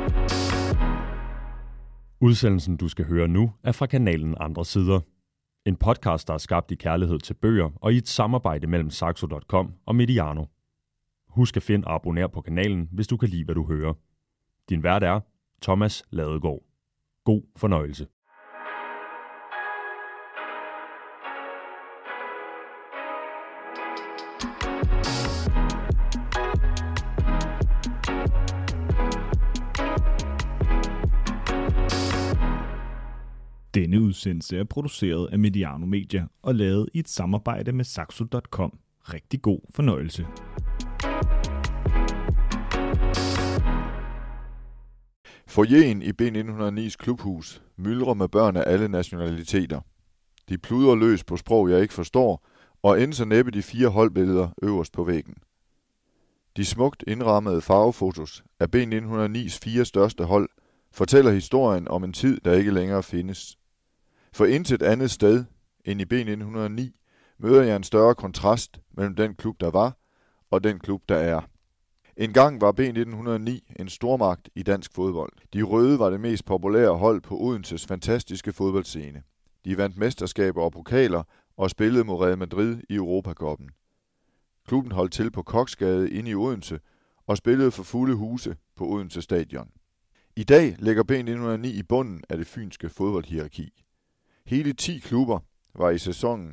Udsendelsen, du skal høre nu, er fra kanalen Andre Sider. En podcast, der er skabt i kærlighed til bøger og i et samarbejde mellem Saxo.com og Mediano. Husk at finde og abonnere på kanalen, hvis du kan lide, hvad du hører. Din vært er Thomas Ladegaard. God fornøjelse. Denne udsendelse er produceret af Mediano Media og lavet i et samarbejde med Saxo.com. Rigtig god fornøjelse. Foyeren i B1909's klubhus myldrer med børn af alle nationaliteter. De pludrer løs på sprog, jeg ikke forstår, og ender så næppe de 4 holdbilleder øverst på væggen. De smukt indrammede farvefotos af B1909's 4 største hold fortæller historien om en tid, der ikke længere findes. For intet andet sted end i B1909 møder jeg en større kontrast mellem den klub, der var, og den klub, der er. En gang var B1909 en stormagt i dansk fodbold. De røde var det mest populære hold på Odenses fantastiske fodboldscene. De vandt mesterskaber og pokaler og spillede mod Real Madrid i Europacuppen. Klubben holdt til på Koksgade inde i Odense og spillede for fulde huse på Odense Stadion. I dag ligger B1909 i bunden af det fynske fodboldhierarki. Hele 10 klubber var i sæsonen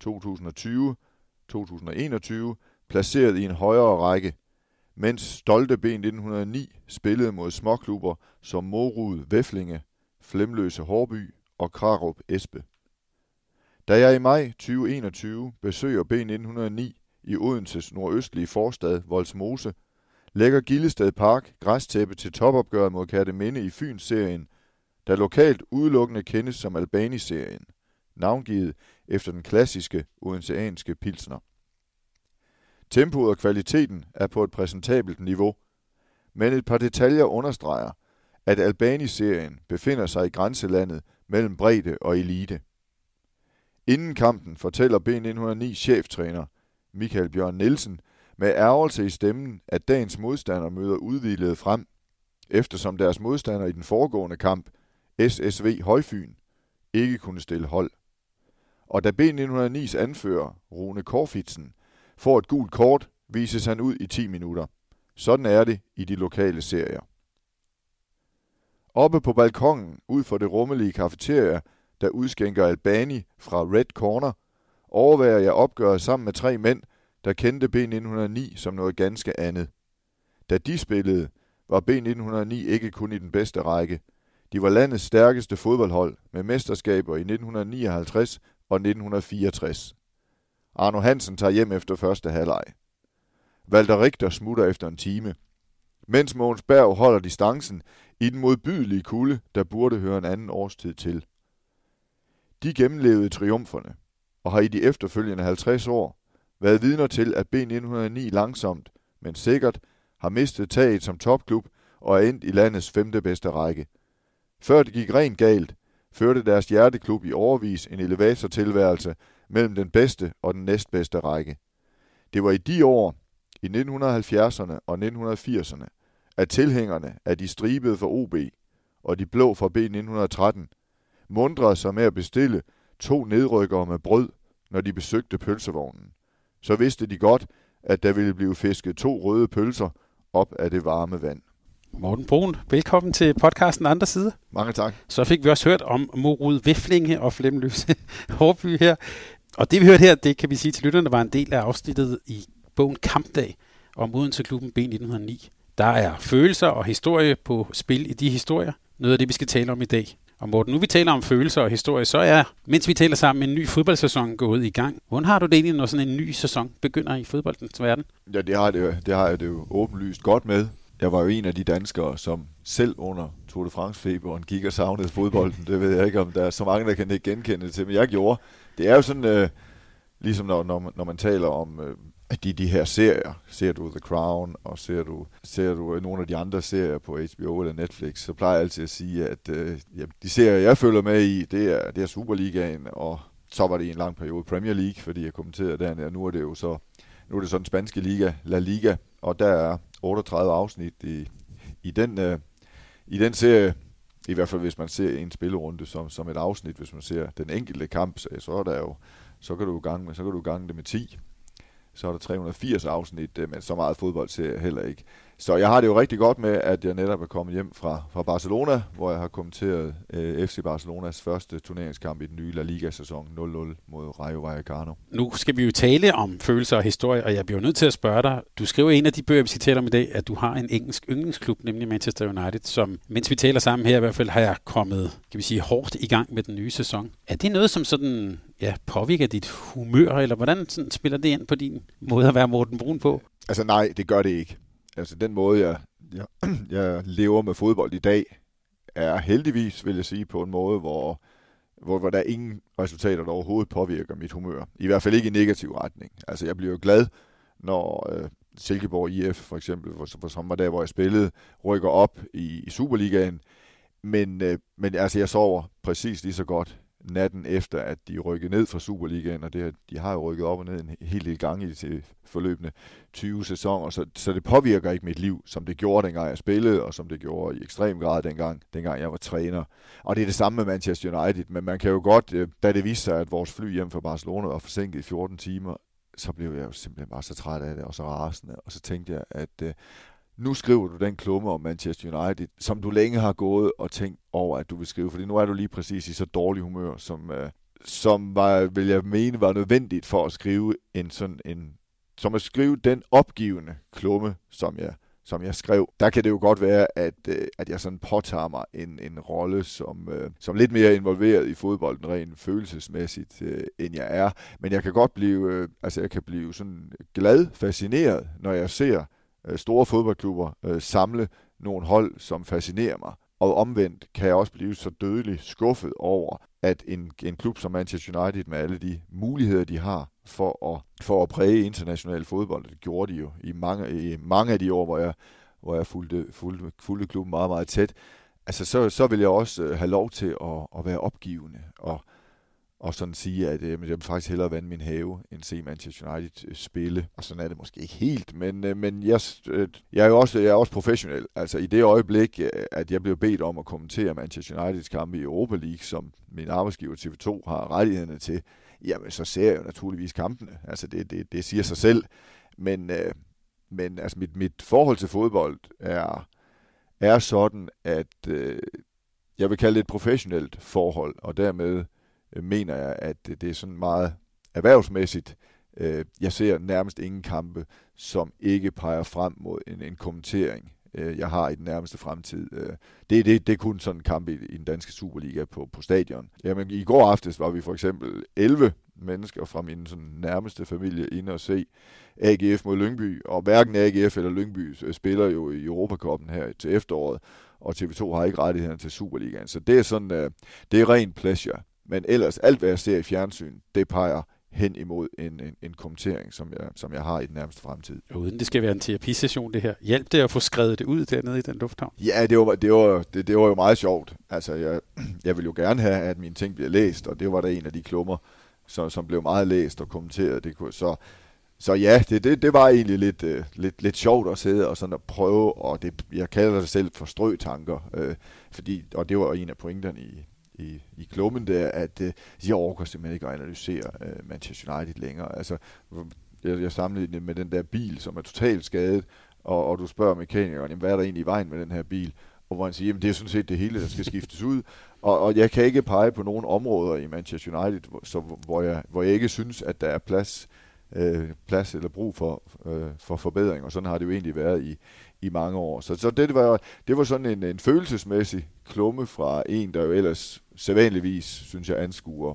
2020-2021 placeret i en højere række, mens stolte B1909 spillede mod småklubber som Morud Veflinge, Flemløse Hårby og Krarup Espe. Da jeg i maj 2021 besøger B1909 i Odenses nordøstlige forstad Vollsmose, lægger Gillested Park græstæppe til topopgøret mod Kerteminde i Fyns-serien, der lokalt udelukkende kendes som Albani-serien, navngivet efter den klassiske odenseanske pilsner. Tempoet og kvaliteten er på et præsentabelt niveau, men et par detaljer understreger, at Albani-serien befinder sig i grænselandet mellem bredde og elite. Inden kampen fortæller B1909 cheftræner Michael Bjørn Nielsen med ærgelse i stemmen, at dagens modstander møder udhvilede frem, eftersom deres modstander i den foregående kamp, SSV Højfyn, ikke kunne stille hold. Og da B1909's anfører, Rune Korfitsen, får et gult kort, vises han ud i 10 minutter. Sådan er det i de lokale serier. Oppe på balkongen, ud for det rummelige cafeteria, der udskænker Albani fra Red Corner, overværer jeg opgøret sammen med 3 mænd, der kendte B1909 som noget ganske andet. Da de spillede, var B1909 ikke kun i den bedste række. De var landets stærkeste fodboldhold med mesterskaber i 1959 og 1964. Arno Hansen tager hjem efter første halvleg. Walter Richter smutter efter en time. Mens Mogens Berg holder distancen i den modbydelige kulde, der burde høre en anden årstid til. De gennemlevede triumferne og har i de efterfølgende 50 år været vidner til, at B1909 langsomt, men sikkert, har mistet taget som topklub og er endt i landets 5. bedste række. Før det gik rent galt, førte deres hjerteklub i årevis en elevatortilværelse mellem den bedste og den næstbedste række. Det var i de år, i 1970'erne og 1980'erne, at tilhængerne af de stribede for OB og de blå fra B1913 mundrede sig med at bestille 2 nedrykkere med brød, når de besøgte pølsevognen. Så vidste de godt, at der ville blive fisket 2 røde pølser op af det varme vand. Morten Brun, velkommen til podcasten Andre Sider. Mange tak. Så fik vi også hørt om Morud Veflinge og Flemløse Hårby her. Og det vi hørte her, det kan vi sige til lytterne, var en del af afsnittet i bogen Kampdag om Odense-klubben B1909. Der er følelser og historie på spil i de historier. Noget af det, vi skal tale om i dag. Og Morten, nu vi taler om følelser og historie, så er, mens vi taler sammen, en ny fodboldsæson gået i gang. Hvordan har du det egentlig, når sådan en ny sæson begynder i fodboldens verden? Ja, det har jeg det jo åbenlyst godt med. Jeg var jo en af de danskere, som selv under Tour de France-feberen gik og savnede fodbolden. Det ved jeg ikke, om der er så mange, der kan ikke genkende det til, men jeg gjorde. Det er jo sådan, ligesom når man taler om de her serier. Ser du The Crown, og ser du nogle af de andre serier på HBO eller Netflix, så plejer jeg altid at sige, at de serier, jeg følger med i, det er Superligaen, og så var det i en lang periode Premier League, fordi jeg kommenterede dernede. Nu er det så den spanske liga, La Liga, og der er 38 afsnit i i den serie, i hvert fald hvis man ser en spillerunde som et afsnit, hvis man ser den enkelte kamp, så kan du gange det med 10. Så er der 380 afsnit, men så meget fodbold ser jeg heller ikke. Så jeg har det jo rigtig godt med, at jeg netop er kommet hjem fra Barcelona, hvor jeg har kommenteret FC Barcelonas første turneringskamp i den nye La Liga-sæson 0-0 mod Rayo Vallecano. Nu skal vi jo tale om følelser og historie, og jeg bliver jo nødt til at spørge dig. Du skriver i en af de bøger, vi skal tale om i dag, at du har en engelsk yndlingsklub, nemlig Manchester United, som, mens vi taler sammen her i hvert fald, har jeg kommet, kan vi sige, hårdt i gang med den nye sæson. Er det noget, som sådan, påvirker dit humør, eller hvordan sådan spiller det ind på din måde at være Morten Brun på? Altså nej, det gør det ikke. Altså den måde, jeg lever med fodbold i dag, er heldigvis, vil jeg sige, på en måde, hvor der er ingen resultater, der overhovedet påvirker mit humør. I hvert fald ikke i negativ retning. Altså jeg bliver jo glad, når Silkeborg IF for eksempel, som var der, hvor jeg spillede, rykker op i Superligaen. Men altså jeg sover præcis lige så godt natten efter, at de rykkede ned fra Superligaen, og de har jo rykket op og ned en hel del gange i de forløbende 20 sæsoner, så det påvirker ikke mit liv, som det gjorde, dengang jeg spillede, og som det gjorde i ekstrem grad, dengang jeg var træner. Og det er det samme med Manchester United, men man kan jo godt, da det viste sig, at vores fly hjem fra Barcelona var forsinket i 14 timer, så blev jeg jo simpelthen bare så træt af det, og så rasende, og så tænkte jeg, at nu skriver du den klumme om Manchester United, som du længe har gået og tænkt over, at du vil skrive. Fordi nu er du lige præcis i så dårlig humør, som vil jeg mene var nødvendigt for at skrive som at skrive den opgivende klumme, som jeg skrev. Der kan det jo godt være, at jeg sådan påtager mig en rolle, som lidt mere involveret i fodbolden rent følelsesmæssigt, end jeg er. Men jeg kan godt blive, sådan glad, fascineret, når jeg ser store fodboldklubber samle nogle hold, som fascinerer mig. Og omvendt kan jeg også blive så dødeligt skuffet over, at en klub som Manchester United med alle de muligheder, de har for at præge international fodbold, det gjorde de jo i mange af de år, hvor jeg fulgte klubben meget, meget tæt. Altså så vil jeg også have lov til at være opgivende og sådan sige, at jeg vil faktisk hellere vande min have, end se Manchester United spille. Og sådan er det måske ikke helt, men jeg er også professionel. Altså i det øjeblik, at jeg blev bedt om at kommentere Manchester Uniteds kampe i Europa League, som min arbejdsgiver TV2 har rettighederne til, jamen så ser jeg jo naturligvis kampene. Altså det siger sig selv. Men altså mit forhold til fodbold er sådan, at jeg vil kalde det et professionelt forhold, og dermed mener jeg, at det er sådan meget erhvervsmæssigt. Jeg ser nærmest ingen kampe, som ikke peger frem mod en kommentering, jeg har i den nærmeste fremtid. Det er kun sådan en kamp i den danske Superliga på stadion. Jamen, i går aftes var vi for eksempel 11 mennesker fra min sådan nærmeste familie inde og se AGF mod Lyngby, og hverken AGF eller Lyngby spiller jo i Europacupen her til efteråret, og TV2 har ikke rettighederne til Superligaen. Så det er sådan, det er ren pleasure. Men ellers, alt hvad jeg ser i fjernsyn, det peger hen imod en kommentering, som jeg har i den nærmeste fremtid. Uden det skal være en terapisession, det her. Hjælp det at få skrevet det ud dernede i den lufthavn? Ja, det var jo meget sjovt. Altså, jeg vil jo gerne have, at mine ting bliver læst, og det var da en af de klummer, som blev meget læst og kommenteret. Så ja, det var egentlig lidt sjovt at sidde og sådan at prøve, og jeg kalder det selv for strøtanker, og det var en af pointerne i klummen der, at jeg overgår simpelthen ikke at analysere Manchester United længere. Altså, jeg sammenlignede med den der bil, som er totalt skadet, og du spørger mekanikeren, hvad er der egentlig i vejen med den her bil? Og hvor han siger, jamen det er sådan set det hele, der skal skiftes ud. Og jeg kan ikke pege på nogle områder i Manchester United, hvor jeg ikke synes, at der er plads eller brug for forbedring, og sådan har det jo egentlig været i mange år. Så det var sådan en følelsesmæssig klumme fra en, der jo ellers sædvanligvis, synes jeg, anskuer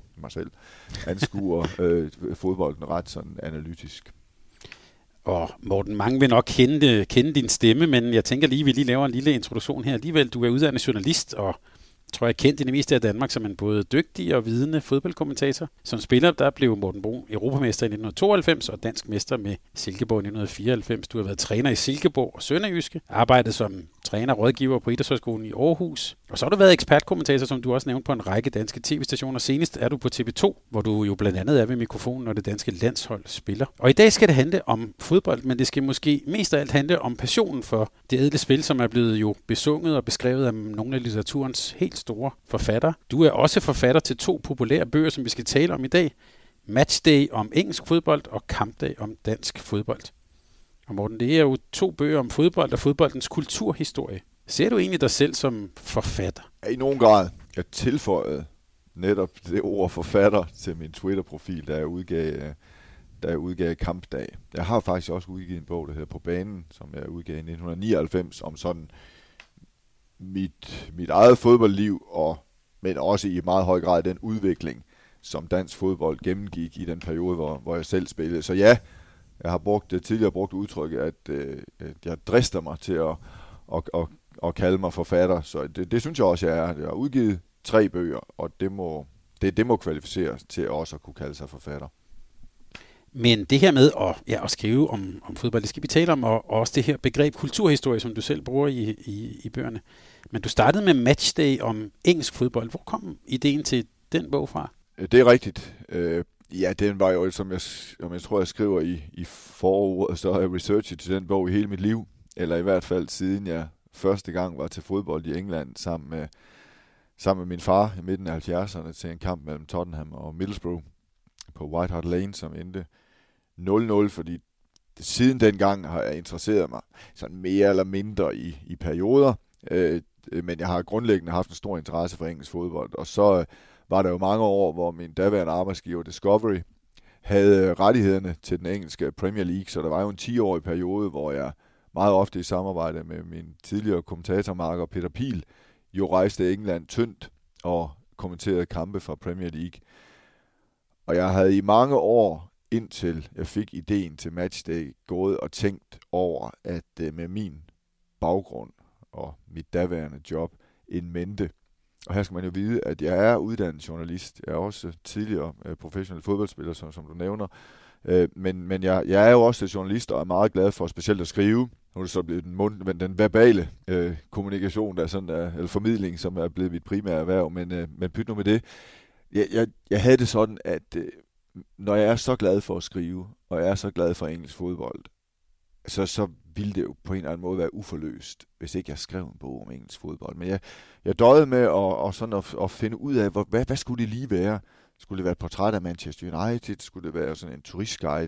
fodbolden ret sådan analytisk. Og Morten, mange vil nok kende din stemme, men jeg tænker vi lige laver en lille introduktion her. Alligevel, du er uddannet journalist, og tror jeg kendt i det meste af Danmark som en både dygtig og vidende fodboldkommentator. Som spiller, der blev Morten Brun europamester i 1992 og dansk mester med Silkeborg i 1994. Du har været træner i Silkeborg og Sønderjyske, arbejdet som træner og rådgiver på Idrætshøjskolen i Aarhus. Og så har du været ekspertkommentator, som du også nævnte, på en række danske tv-stationer. Senest er du på TV2, hvor du jo blandt andet er ved mikrofonen, når det danske landshold spiller. Og i dag skal det handle om fodbold, men det skal måske mest af alt handle om passionen for det ædle spil, som er blevet jo besunget og beskrevet af nogle af litteraturens helt store forfattere. Du er også forfatter til 2 populære bøger, som vi skal tale om i dag. Matchday om engelsk fodbold og Kampdag om dansk fodbold. Og Morten, det er jo 2 bøger om fodbold og fodboldens kulturhistorie. Ser du egentlig dig selv som forfatter? Ja, i nogen grad. Jeg tilføjede netop det ord forfatter til min Twitter-profil, da jeg udgav Kampdag. Jeg har faktisk også udgivet en bog, der hedder På banen, som jeg udgav i 1999, om sådan mit eget fodboldliv, men også i meget høj grad den udvikling, som dansk fodbold gennemgik i den periode, hvor jeg selv spillede. Så ja, jeg har tidligere brugt udtrykket, at jeg drister mig til at kalde mig forfatter. Så det synes jeg også, jeg er. Jeg har udgivet 3 bøger, og det må kvalificeres til også at kunne kalde sig forfatter. Men det her med at skrive om fodbold, det skal vi tale om, og også det her begreb kulturhistorie, som du selv bruger i bøgerne. Men du startede med Matchday om engelsk fodbold. Hvor kom ideen til den bog fra? Det er rigtigt. Ja, den var jo, som jeg tror, jeg skriver i forordet, så har jeg researchet til den bog i hele mit liv. Eller i hvert fald siden jeg første gang var til fodbold i England sammen med min far i midten af 70'erne til en kamp mellem Tottenham og Middlesbrough på White Hart Lane, som endte 0-0, fordi siden dengang har jeg interesseret mig sådan mere eller mindre i perioder, men jeg har grundlæggende haft en stor interesse for engelsk fodbold, og så var der jo mange år, hvor min daværende arbejdsgiver Discovery havde rettighederne til den engelske Premier League, så der var jo en 10-årig periode, hvor jeg meget ofte i samarbejde med min tidligere kommentatormarker Peter Piel jo rejste England tyndt og kommenterede kampe fra Premier League. Og jeg havde i mange år, indtil jeg fik ideen til Matchday, gået og tænkt over, at med min baggrund og mit daværende job in mente, og her skal man jo vide, at jeg er uddannet journalist. Jeg er også tidligere professionel fodboldspiller, som du nævner. Men jeg er jo også journalist og er meget glad for specielt at skrive. Nu er det så blevet den verbale kommunikation, der sådan eller formidling, som er blevet mit primære erhverv. Men pyt nu med det. Jeg havde det sådan, at når jeg er så glad for at skrive, og jeg er så glad for engelsk fodbold, så ville det jo på en eller anden måde være uforløst, hvis ikke jeg skrev en bog om engelsk fodbold. Men jeg døjede med at finde ud af, hvad skulle det lige være? Skulle det være et portræt af Manchester United? Skulle det være sådan en turistguide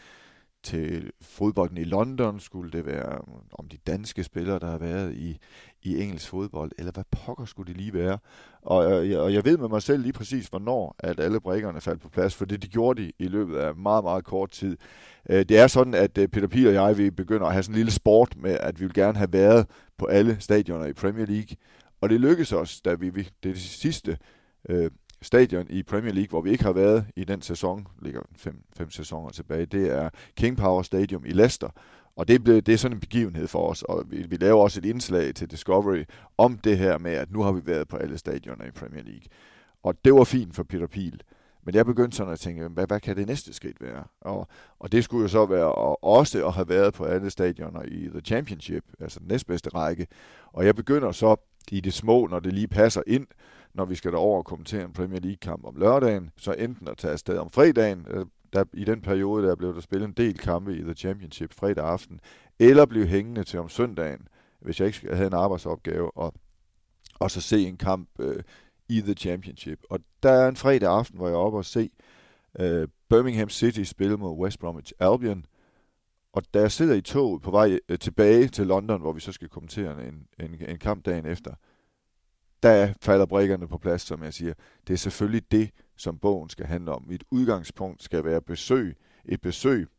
til fodbolden i London? Skulle det være om de danske spillere, der har været i engelsk fodbold? Eller hvad pokker skulle det lige være? Og jeg ved med mig selv lige præcis, hvornår at alle brikkerne faldt på plads, for det gjorde de i løbet af meget, meget kort tid. Det er sådan, at Peter Piel og jeg, vi begynder at have sådan en lille sport med, at vi vil gerne have været på alle stadioner i Premier League. Og det lykkedes os, da det er det sidste stadion i Premier League, hvor vi ikke har været i den sæson, ligger 5 sæsoner tilbage, det er King Power Stadium i Leicester. Og det er sådan en begivenhed for os, og vi laver også et indslag til Discovery om det her med, at nu har vi været på alle stadioner i Premier League. Og det var fint for Peter Piel. Men jeg begyndte sådan at tænke, hvad kan det næste skridt være? Og det skulle jo så være også at have været på alle stadioner i The Championship, altså den næstbedste række. Og jeg begynder så i det små, når det lige passer ind, når vi skal derover og kommentere en Premier League-kamp om lørdagen, så enten at tage afsted om fredagen, i den periode der blev der spillet en del kampe i The Championship fredag aften, eller blive hængende til om søndagen, hvis jeg ikke havde en arbejdsopgave, og så se en kamp i The Championship. Og der er en fredag aften, hvor jeg er oppe og se Birmingham City spille mod West Bromwich Albion, og da jeg sidder i toget på vej tilbage til London, hvor vi så skal kommentere en kamp dagen efter, der falder brikkerne på plads, som jeg siger. Det er selvfølgelig det, som bogen skal handle om. Mit udgangspunkt skal være et besøg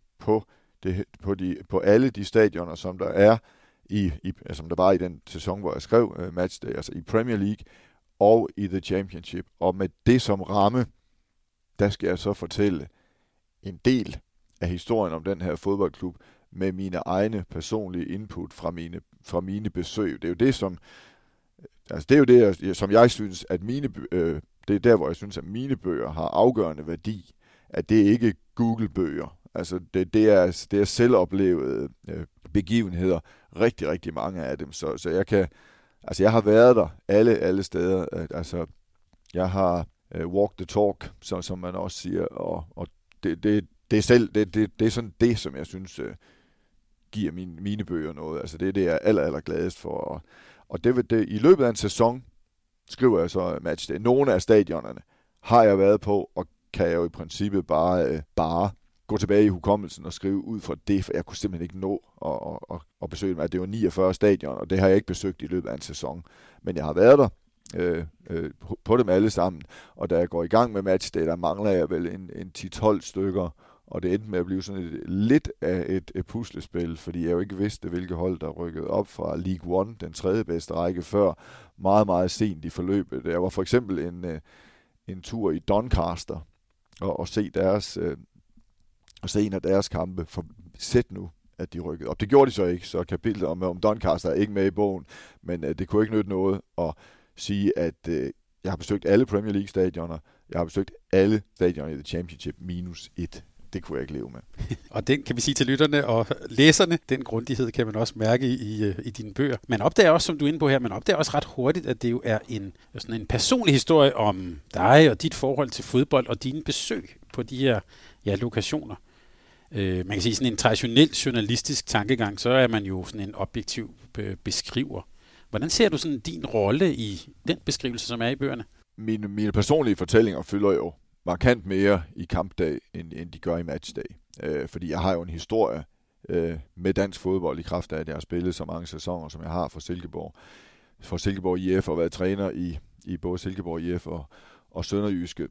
på alle de stadioner, som der er som der var i den sæson, hvor jeg skrev Matchday, altså i Premier League og i The Championship. Og med det som ramme, der skal jeg så fortælle en del af historien om den her fodboldklub med mine egne personlige input fra mine besøg. Det er jo det, som jeg synes, at det er der, hvor jeg synes, at mine bøger har afgørende værdi. At det ikke er Google-bøger. Altså det er selvoplevede begivenheder, rigtig, rigtig mange af dem. Så jeg har været der alle steder. Altså jeg har walk the talk, som man også siger, og det er sådan det, som jeg synes giver mine bøger noget. Altså det er det, jeg er aller gladest for. Og det i løbet af en sæson skriver jeg så matchday. Nogle af stadionerne har jeg været på, og kan jeg jo i princippet bare gå tilbage i hukommelsen og skrive ud fra det, for jeg kunne simpelthen ikke nå at besøge dem. Det var 49 stadioner, og det har jeg ikke besøgt i løbet af en sæson. Men jeg har været der på dem alle sammen, og da jeg går i gang med matchday, der mangler jeg vel en 10-12 stykker, og det endte med at blive sådan lidt af et puslespil, fordi jeg jo ikke vidste, hvilke hold, der rykkede op fra League One, den tredje bedste række, før meget, meget sent i forløbet. Jeg var for eksempel en tur i Doncaster og se en af deres kampe. For sæt nu, at de rykkede op. Det gjorde de så ikke, så kapitlet om Doncaster er ikke med i bogen, men det kunne ikke nytte noget at sige, at jeg har besøgt alle Premier League stadioner, jeg har besøgt alle stadioner i The Championship -1. Det kunne jeg ikke leve med. Og den kan vi sige til lytterne og læserne, den grundighed kan man også mærke i dine bøger. Man opdager også, som du er inde på her, man opdager også ret hurtigt, at det jo er sådan en personlig historie om dig og dit forhold til fodbold og dine besøg på de her lokationer. Man kan sige sådan en traditionel journalistisk tankegang, så er man jo sådan en objektiv beskriver. Hvordan ser du sådan din rolle i den beskrivelse, som er i bøgerne? Mine personlige fortællinger fylder jo markant mere i kampdag, end de gør i matchday. Fordi jeg har jo en historie med dansk fodbold i kraft af, at jeg har spillet så mange sæsoner, som jeg har for Silkeborg. For Silkeborg IF og været træner i både Silkeborg IF og Sønderjyske.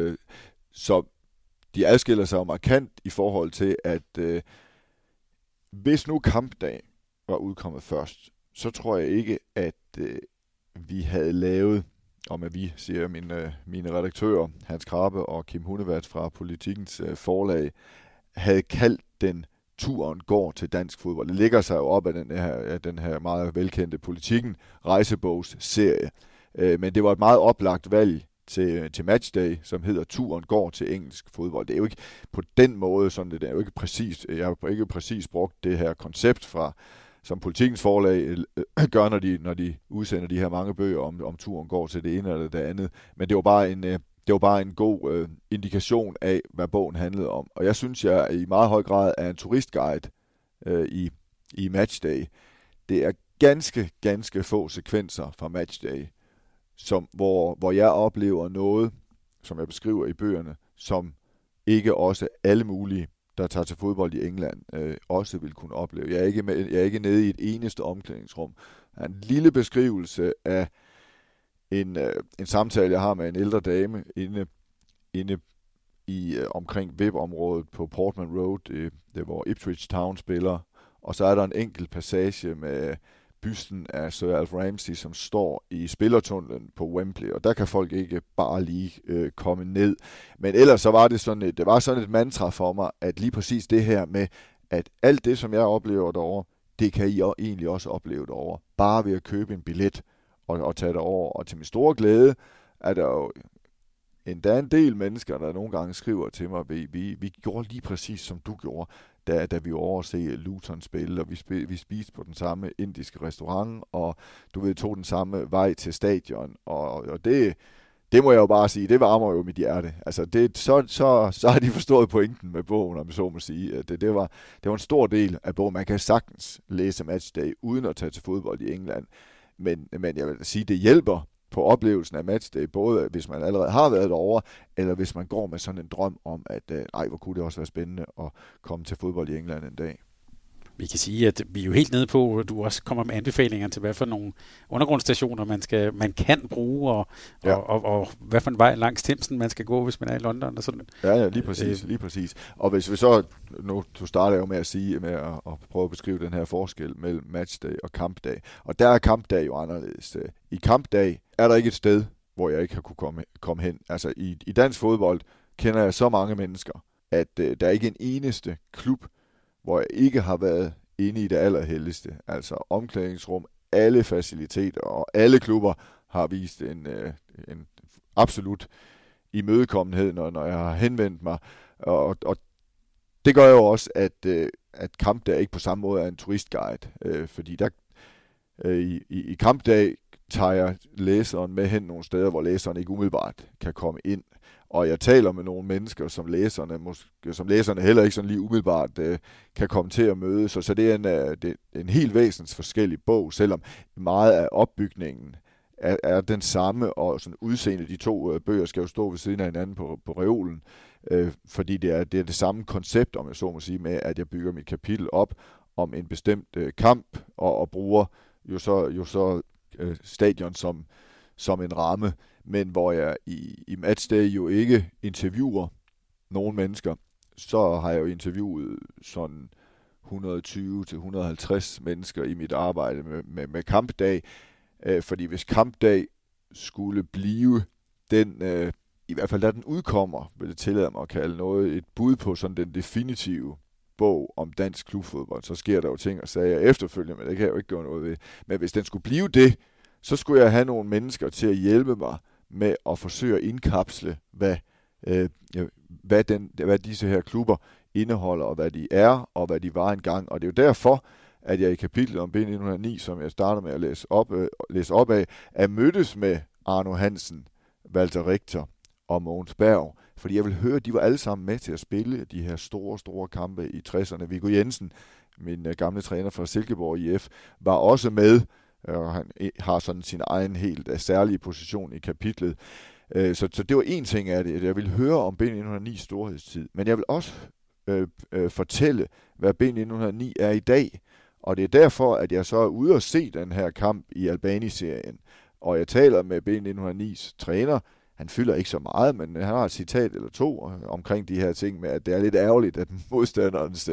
Så de adskiller sig jo markant i forhold til, at hvis nu kampdag var udkommet først, så tror jeg ikke, at vi havde lavet, om at vi, siger mine redaktører, Hans Krabbe og Kim Hundevat fra Politikens forlag, havde kaldt den Turen går til dansk fodbold. Det ligger sig jo op af den her meget velkendte Politiken rejsebogsserie. Men det var et meget oplagt valg til matchday, som hedder Turen går til engelsk fodbold. Det er jo ikke på den måde, sådan det er jo ikke præcist. Jeg har ikke præcis brugt det her koncept som Politikens forlag gør, når de udsender de her mange bøger om turen går til det ene eller det andet. Men det var bare en god indikation af, hvad bogen handlede om. Og jeg synes, jeg i meget høj grad er en turistguide i matchday. Det er ganske få sekvenser fra matchday, hvor jeg oplever noget, som jeg beskriver i bøgerne, som ikke også alle mulige, der tager til fodbold i England, også vil kunne opleve. Jeg er ikke nede i et eneste omklædningsrum. Der er en lille beskrivelse af en samtale, jeg har med en ældre dame inde i omkring VIP-området på Portman Road, hvor Ipswich Town spiller. Og så er der en enkelt passage med bysten af Sir Alf Ramsey, som står i spillertunnelen på Wembley, og der kan folk ikke bare lige komme ned. Men ellers så var det sådan et mantra for mig, at lige præcis det her med, at alt det, som jeg oplever derovre, det kan I egentlig også opleve derovre. Bare ved at købe en billet og tage det over. Og til min store glæde er der jo endda en del mennesker, der nogle gange skriver til mig, vi gjorde lige præcis som du gjorde, da vi var over at se Luton spille, og vi spiste på den samme indiske restaurant, og tog den samme vej til stadion, og det må jeg jo bare sige, det varmer jo mit hjerte. Altså så har de forstået pointen med bogen, om jeg så må sige. Det var en stor del af bogen. Man kan sagtens læse matchday uden at tage til fodbold i England, men jeg vil sige, det hjælper på oplevelsen af matchday, både hvis man allerede har været derovre, eller hvis man går med sådan en drøm om, at hvor kunne det også være spændende at komme til fodbold i England en dag. Vi kan sige, at vi er jo helt nede på, at du også kommer med anbefalinger til, hvad for nogle undergrundsstationer man kan bruge, og hvad for en vej langs Themsen man skal gå, hvis man er i London og sådan. Ja, lige præcis. Og hvis vi så, nu du starter jo med at sige, med at prøve at beskrive den her forskel mellem matchday og kampdag, og der er kampdag jo anderledes. I kampdag er der ikke et sted, hvor jeg ikke har kunne komme hen. Altså i dansk fodbold kender jeg så mange mennesker, at der er ikke en eneste klub, hvor jeg ikke har været inde i det allerheldigste. Altså omklædningsrum, alle faciliteter og alle klubber har vist en absolut imødekommenhed, når jeg har henvendt mig. Og Det gør jo også, at kampdag ikke på samme måde er en turistguide, fordi der i kampdag tager jeg læseren med hen nogle steder, hvor læseren ikke umiddelbart kan komme ind. Og jeg taler med nogle mennesker, som læserne heller ikke sådan lige umiddelbart kan komme til at møde. Så det er en helt væsens forskellig bog, selvom meget af opbygningen er den samme, og sådan udseende de to bøger skal jo stå ved siden af hinanden på reolen, fordi det er det samme koncept, om jeg så må sige, med at jeg bygger mit kapitel op om en bestemt kamp, og bruger jo så stadion som en ramme, men hvor jeg i matchday jo ikke interviewer nogen mennesker, så har jeg jo interviewet sådan 120-150 mennesker i mit arbejde med kampdag, fordi hvis kampdag skulle blive den, i hvert fald da den udkommer, vil det tillade mig at kalde noget, et bud på sådan den definitive bog om dansk klubfodbold, så sker der jo ting og sager efterfølgende, men det kan jeg jo ikke gøre noget ved. Men hvis den skulle blive det, så skulle jeg have nogle mennesker til at hjælpe mig med at forsøge at indkapsle, hvad disse her klubber indeholder, og hvad de er, og hvad de var engang. Og det er jo derfor, at jeg i kapitlet om B1909, som jeg starter med at læse op af, er mødtes med Arno Hansen, Walter Richter og Mogens Berg, fordi jeg vil høre, at de var alle sammen med til at spille de her store kampe i 60'erne. Viggo Jensen, min gamle træner fra Silkeborg IF, var også med, og han har sådan sin egen helt særlige position i kapitlet. Så det var en ting af det. Jeg vil høre om B1909 storhedstid, men jeg vil også fortælle, hvad B1909 er i dag. Og det er derfor, at jeg så er ude og se den her kamp i Albani-serien. Og jeg taler med B1909's træner. Han fylder ikke så meget, men han har et citat eller to omkring de her ting med, at det er lidt ærgerligt, at modstanderens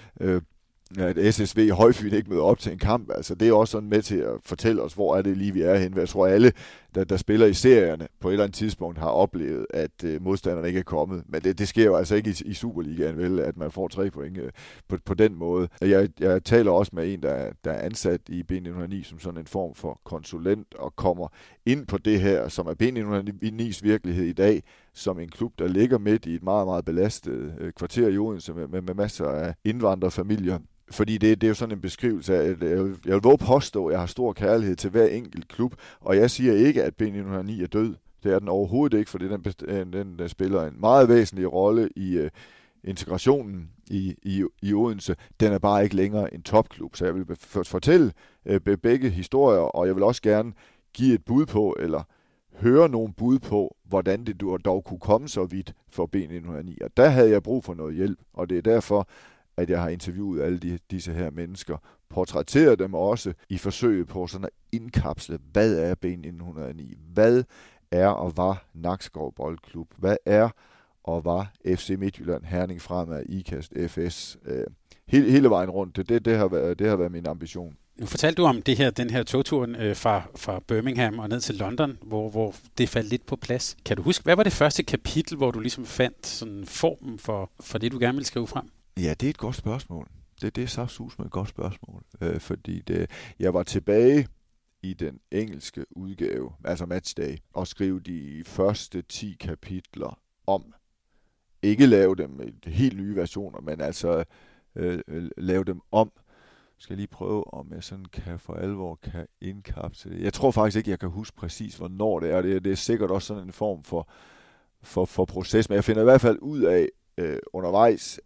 at SSV Højfyn ikke møder op til en kamp. Altså, det er også sådan med til at fortælle os, hvor er det lige, vi er henne. Jeg tror, alle, der spiller i serierne, på et eller andet tidspunkt har oplevet, at modstanderne ikke er kommet. Men det sker jo altså ikke i Superligaen, vel, at man får 3 point på den måde. Jeg taler også med en, der er ansat i B1909 som sådan en form for konsulent, og kommer ind på det her, som er B1909's virkelighed i dag, som en klub, der ligger midt i et meget, meget belastet kvarter i Odense med masser af indvandrerfamilier. Fordi det er jo sådan en beskrivelse af, at jeg vil våge påstå, at jeg har stor kærlighed til hver enkelt klub, og jeg siger ikke, at B1909 er død. Det er den overhovedet ikke, fordi den spiller en meget væsentlig rolle i integrationen i Odense. Den er bare ikke længere en topklub, så jeg vil fortælle begge historier, og jeg vil også gerne give et bud på, eller høre nogle bud på, hvordan det dog kunne komme så vidt for B1909. Og der havde jeg brug for noget hjælp, og det er derfor, at jeg har interviewet alle disse her mennesker, portrætteret dem også i forsøget på sådan at indkapsle, hvad er B1909? Hvad er og var Nakskov Boldklub? Hvad er og var FC Midtjylland, Herning Fremad, Ikast, FS? Hele vejen rundt. Det har været min ambition. Nu fortalte du om den her togturen fra Birmingham og ned til London, hvor det faldt lidt på plads. Kan du huske, hvad var det første kapitel, hvor du ligesom fandt sådan formen for det, du gerne ville skrive frem? Ja, det er et godt spørgsmål. Det er saftsus med et godt spørgsmål. Fordi jeg var tilbage i den engelske udgave, altså Matchday, og skrev de første 10 kapitler om. Ikke lave dem i helt nye versioner, men altså lave dem om. Skal jeg lige prøve, om jeg sådan for alvor kan indkapsle det. Jeg tror faktisk ikke, jeg kan huske præcis, hvornår det er. Det er sikkert også sådan en form for proces, men jeg finder i hvert fald ud af undervejs,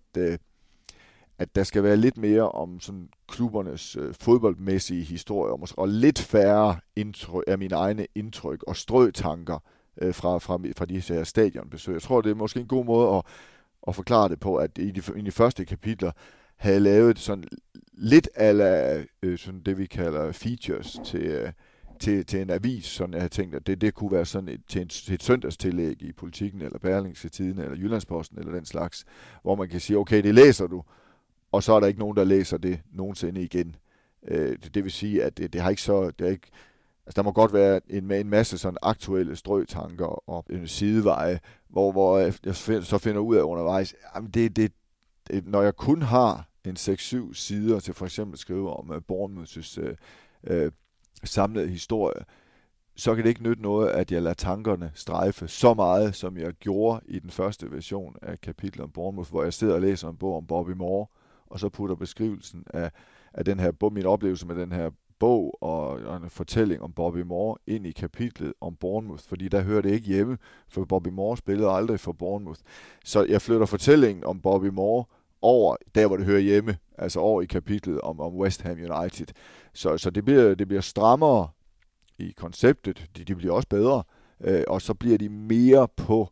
at der skal være lidt mere om sådan klubbernes fodboldmæssige historie, og lidt færre af mine egne indtryk og strøtanker fra disse her stadionbesøg. Jeg tror, det er måske en god måde at forklare det på, at i de første kapitler havde lavet sådan lidt ala sådan det, vi kalder features til en avis, sådan jeg havde tænkt, at det kunne være sådan til et søndagstillæg i Politikken, eller Berlingske Tidende, eller Jyllandsposten, eller den slags, hvor man kan sige, okay, det læser du, og så er der ikke nogen, der læser det nogensinde igen. Det vil sige, at det har ikke så... Det er ikke, altså, der må godt være en masse sådan aktuelle strøtanker og sideveje, hvor jeg så finder ud af undervejs, jamen når jeg kun har en 6-7 sider til for eksempel at skrive om Bournemouths samlede historie, så kan det ikke nytte noget, at jeg lader tankerne strejfe så meget, som jeg gjorde i den første version af kapitlet om Bournemouth, hvor jeg sidder og læser en bog om Bobby Moore, og så putter beskrivelsen af den her, min oplevelse med den her bog og en fortælling om Bobby Moore ind i kapitlet om Bournemouth, fordi der hører det ikke hjemme, for Bobby Moore spillede aldrig for Bournemouth. Så jeg flytter fortællingen om Bobby Moore over der, hvor det hører hjemme, altså over i kapitlet om West Ham United. Så det bliver strammere i konceptet, de bliver også bedre, og så bliver de mere på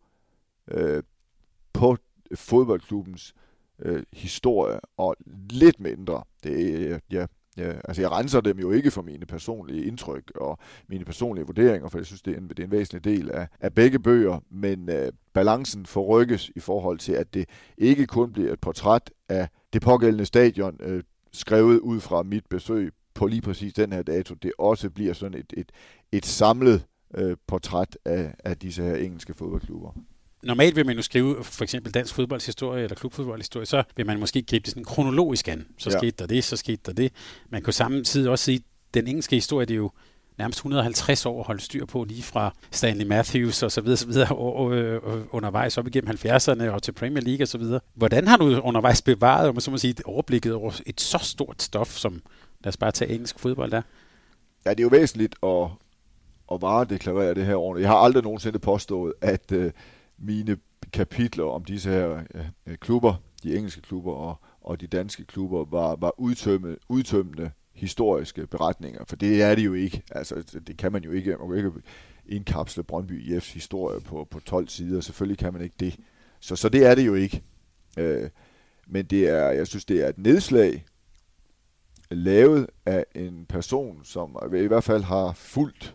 fodboldklubbens historie, og lidt mindre. Altså jeg renser dem jo ikke for mine personlige indtryk og mine personlige vurderinger, for jeg synes, det er en væsentlig del af begge bøger, men balancen forrykkes i forhold til, at det ikke kun bliver et portræt af det pågældende stadion, skrevet ud fra mit besøg på lige præcis den her dato. Det også bliver sådan et samlet portræt af disse her engelske fodboldklubber. Normalt vil man jo skrive for eksempel dansk fodboldshistorie eller klubfodboldhistorie, så vil man måske gribe det sådan kronologisk an. Så skete der det, så skete der det. Man kan samtidig også sige, at den engelske historie, det er jo nærmest 150 år at holde styr på, lige fra Stanley Matthews og så videre undervejs op igennem 70'erne og til Premier League og så videre. Hvordan har du undervejs bevaret, om man så må sige, overblikket over et så stort stof, som lad os bare tage engelsk fodbold der? Ja, det er jo væsentligt at varedeklarere det her ordentligt. Jeg har aldrig nogensinde påstået, at mine kapitler om disse her klubber, de engelske klubber og de danske klubber, var udtømmende historiske beretninger, for det er det jo ikke. Altså, det kan man jo ikke. Man kan ikke indkapsle Brøndby IF's historie på 12 sider. Selvfølgelig kan man ikke det. Så det er det jo ikke. Men jeg synes, det er et nedslag lavet af en person, som i hvert fald har fulgt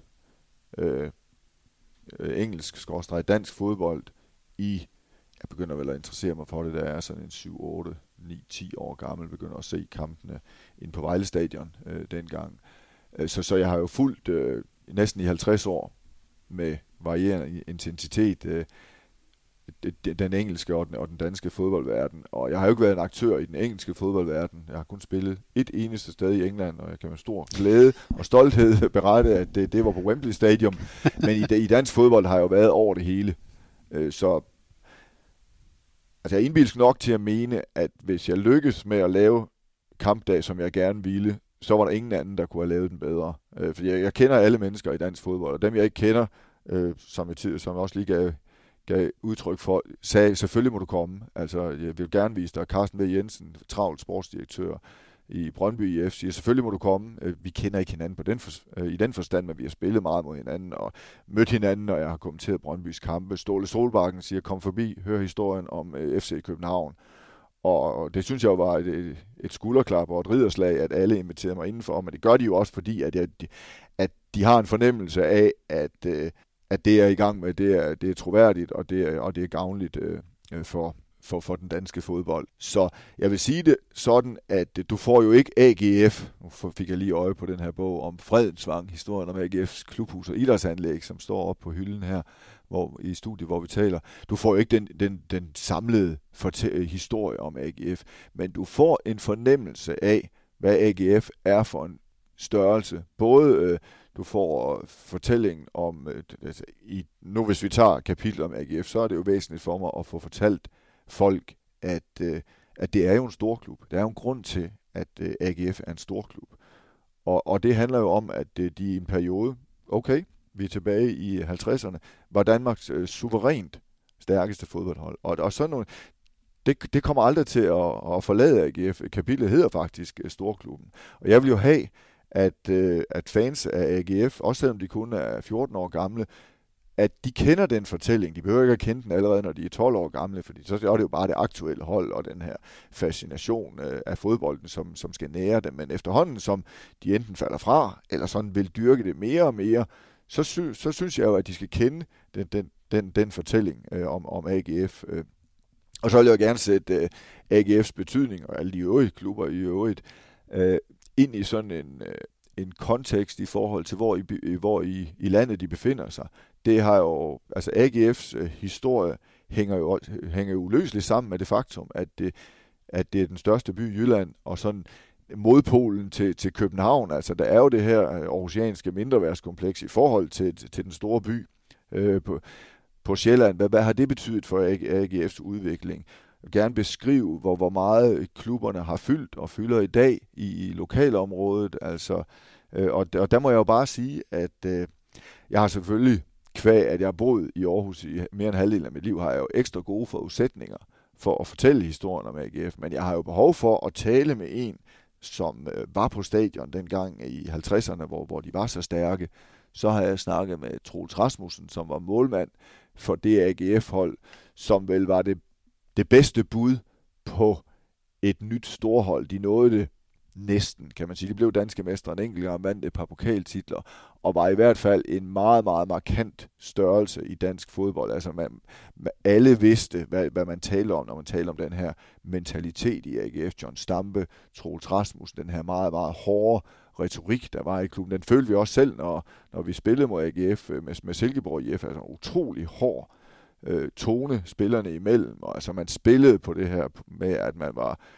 engelsk/dansk fodbold jeg begynder vel at interessere mig for det, da jeg er sådan en 7, 8, 9, 10 år gammel, begynder at se kampene inde på Vejle Stadion dengang. Så jeg har jo fulgt næsten i 50 år med varierende intensitet den engelske og den danske fodboldverden. Og jeg har jo ikke været en aktør i den engelske fodboldverden. Jeg har kun spillet et eneste sted i England, og jeg kan med stor glæde og stolthed berette, at det var på Wembley Stadium. Men i dansk fodbold har jeg jo været over det hele. Så jeg er indbilsk nok til at mene, at hvis jeg lykkes med at lave kampdag, som jeg gerne ville, så var der ingen anden, der kunne have lavet den bedre. For jeg kender alle mennesker i dansk fodbold, og dem jeg ikke kender, som jeg også lige gav udtryk for, sagde, selvfølgelig må du komme. Altså, jeg vil gerne vise dig. Carsten V. Jensen, travlt sportsdirektør i Brøndby IF, siger, selvfølgelig må du komme. Vi kender ikke hinanden i den forstand, men vi har spillet meget mod hinanden og mødt hinanden, og jeg har kommenteret Brøndbys kampe. Ståle Solbakken siger, kom forbi, hør historien om FC København. Og det synes jeg jo var et skulderklap og et ridderslag, at alle inviterede mig indenfor, men det gør de jo også, fordi at de har en fornemmelse af, at det er i gang med, det er troværdigt, og det er gavnligt for den danske fodbold. Så jeg vil sige det sådan, at du får jo ikke AGF, nu fik jeg lige øje på den her bog om Fredensvang, historien om AGF's klubhus og idrætsanlæg, som står op på hylden her i studiet, hvor vi taler. Du får jo ikke den samlede historie om AGF, men du får en fornemmelse af, hvad AGF er for en størrelse. Både du får fortællingen om, nu hvis vi tager kapitlet om AGF, så er det jo væsentligt for mig at få fortalt folk, at det er jo en stor klub. Der er jo en grund til, at AGF er en stor klub. Og det handler jo om, at de i en periode, vi er tilbage i 50'erne, var Danmarks suverænt stærkeste fodboldhold. Og sådan nogle, det kommer aldrig til at forlade AGF. Kapitlet hedder faktisk Storklubben. Og jeg vil jo have, at fans af AGF, også selvom de kun er 14 år gamle, at de kender den fortælling. De behøver ikke at kende den allerede, når de er 12 år gamle, fordi så er det jo bare det aktuelle hold og den her fascination af fodbolden, som skal nære dem. Men efterhånden, som de enten falder fra, eller sådan vil dyrke det mere og mere, så synes jeg jo, at de skal kende den fortælling om AGF. Og så vil jeg jo gerne sætte AGF's betydning, og alle de øvrige klubber i øvrigt, ind i sådan en kontekst i forhold til, hvor i landet de befinder sig. Det har jo, altså AGF's historie hænger jo uløseligt sammen med det faktum, at det er den største by i Jylland, og sådan modpolen til København. Altså, der er jo det her aarhusianske mindreværdskompleks i forhold til den store by på Sjælland. Hvad har det betydet for AGF's udvikling? Jeg vil gerne beskrive, hvor meget klubberne har fyldt og fylder i dag i lokalområdet. Altså, og der må jeg jo bare sige, at jeg har selvfølgelig, kvæg at jeg har boet i Aarhus i mere end halvdelen af mit liv, har jeg jo ekstra gode forudsætninger for at fortælle historien om AGF. Men jeg har jo behov for at tale med en, som var på stadion dengang i 50'erne, hvor de var så stærke. Så har jeg snakket med Troels Rasmussen, som var målmand for det AGF-hold, som vel var det bedste bud på et nyt storhold. De nåede det næsten, kan man sige. De blev danske mestre en enkelt gang, vandt et par pokaltitler, og var i hvert fald en meget, meget markant størrelse i dansk fodbold. Altså alle vidste, hvad man taler om, når man taler om den her mentalitet i AGF. John Stampe, Troels Rasmussen, den her meget, meget hårde retorik, der var i klubben. Den følte vi også selv, når vi spillede mod AGF med Silkeborg IF. Altså en utrolig hård tone spillerne imellem. Og altså man spillede på det her med, at man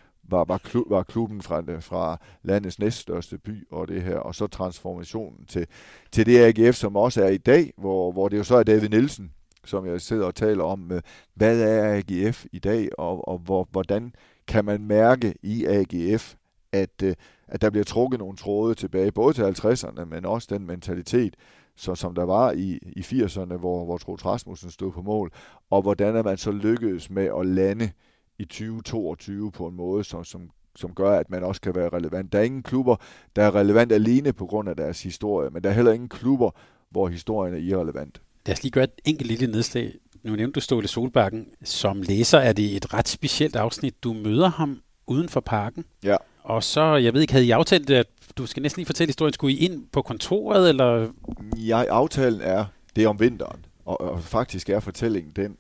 var klubben fra landets næststørste by og det her, og så transformationen til det AGF, som også er i dag, hvor det jo så er David Nielsen, som jeg sidder og taler om, hvad er AGF i dag, og hvordan kan man mærke i AGF, at der bliver trukket nogle tråde tilbage, både til 50'erne, men også den mentalitet, som der var i 80'erne, hvor Troels Rasmussen stod på mål, og hvordan er man så lykkedes med at lande i 2022 på en måde, som gør, at man også kan være relevant. Der er ingen klubber, der er relevant alene på grund af deres historie, men der er heller ingen klubber, hvor historien er irrelevant. Lad os lige gøre et enkelt lille nedslag. Nu nævnte du Ståle Solbakken. Som læser er det et ret specielt afsnit. Du møder ham uden for parken. Ja. Og så, jeg ved ikke, havde I aftalt det, at du skal næsten lige fortælle historien. Skulle I ind på kontoret, eller? Ja, aftalen det er om vinteren. Og faktisk er fortællingen den,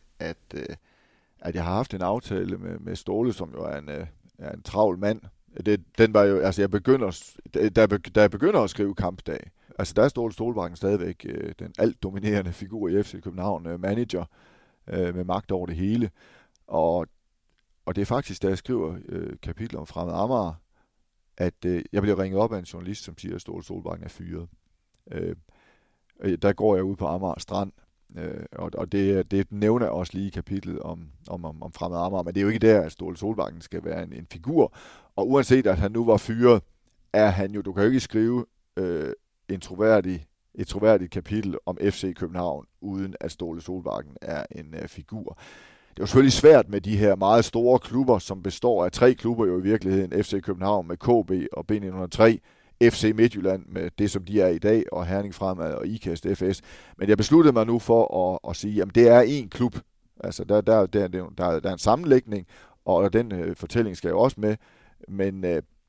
at jeg har haft en aftale med Ståle, som jo er en travl mand. Den var jo, altså da jeg begynder at skrive kampdag, altså der er Ståle Solbakken stadigvæk den alt dominerende figur i FC København, manager med magt over det hele. Og det er faktisk, da jeg skriver kapitler om Fremad Amager, at jeg bliver ringet op af en journalist, som siger, at Ståle Solbakken er fyret. Der går jeg ud på Amager Strand, og det nævner jeg også lige i kapitlet om Fremad Amager, men det er jo ikke der, at Ståle Solbakken skal være en figur. Og uanset at han nu var fyret, er han jo, du kan jo ikke skrive et troværdigt kapitel om FC København, uden at Ståle Solbakken er en figur. Det er jo selvfølgelig svært med de her meget store klubber, som består af 3 klubber jo i virkeligheden. FC København med KB og B903, FC Midtjylland med det, som de er i dag, og Herning Fremad og Ikast FS. Men jeg besluttede mig nu for at sige, at det er én klub. Altså, der er en sammenlægning, og den fortælling skal jo også med. Men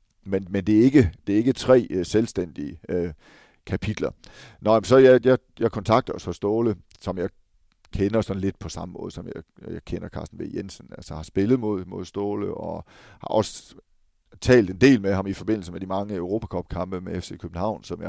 det er ikke 3 selvstændige kapitler. Nå, så jeg kontakter så Ståle, som jeg kender sådan lidt på samme måde, som jeg kender Carsten V. Jensen. Altså har spillet mod Ståle, og har også talt en del med ham i forbindelse med de mange Europacup-kampe med FC København, som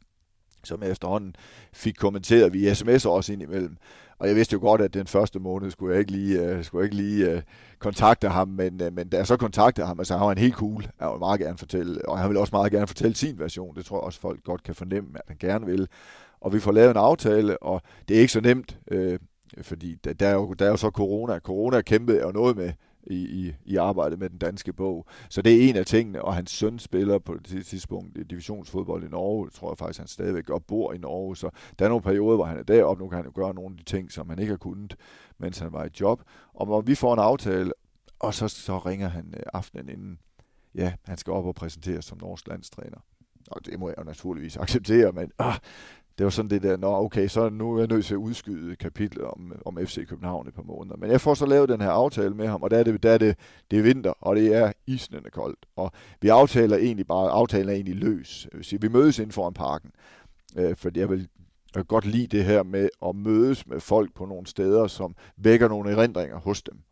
jeg efterhånden fik kommenteret via sms'er også ind imellem. Og jeg vidste jo godt, at den første måned skulle jeg ikke lige kontakte ham, men da jeg så kontaktede ham, altså han var en helt cool, jeg vil meget gerne fortælle, og han vil også meget gerne fortælle sin version. Det tror jeg også, folk godt kan fornemme, at han gerne vil. Og vi får lavet en aftale, og det er ikke så nemt, fordi der er jo så corona. Corona kæmpede jo noget med i arbejdet med den danske bog. Så det er en af tingene, og hans søn spiller på det tidspunkt i divisionsfodbold i Norge. Jeg tror faktisk, han stadigvæk bor i Norge. Så der er nogle perioder, hvor han er deroppe. Nu kan han jo gøre nogle af de ting, som han ikke har kunnet, mens han var i job. Og hvor vi får en aftale, og så ringer han aftenen inden. Ja, han skal op og præsenteres som norsk landstræner. Og det må jeg jo naturligvis acceptere, men det var sådan det der, okay, så nu er jeg nødt til at udskyde kapitlet om FC København et par måneder. Men jeg får så lavet den her aftale med ham, og der er det vinter, og det er isnende koldt. Og vi aftalen er egentlig løs. Vi mødes inden foran parken, fordi jeg vil godt lide det her med at mødes med folk på nogle steder, som vækker nogle erindringer hos dem.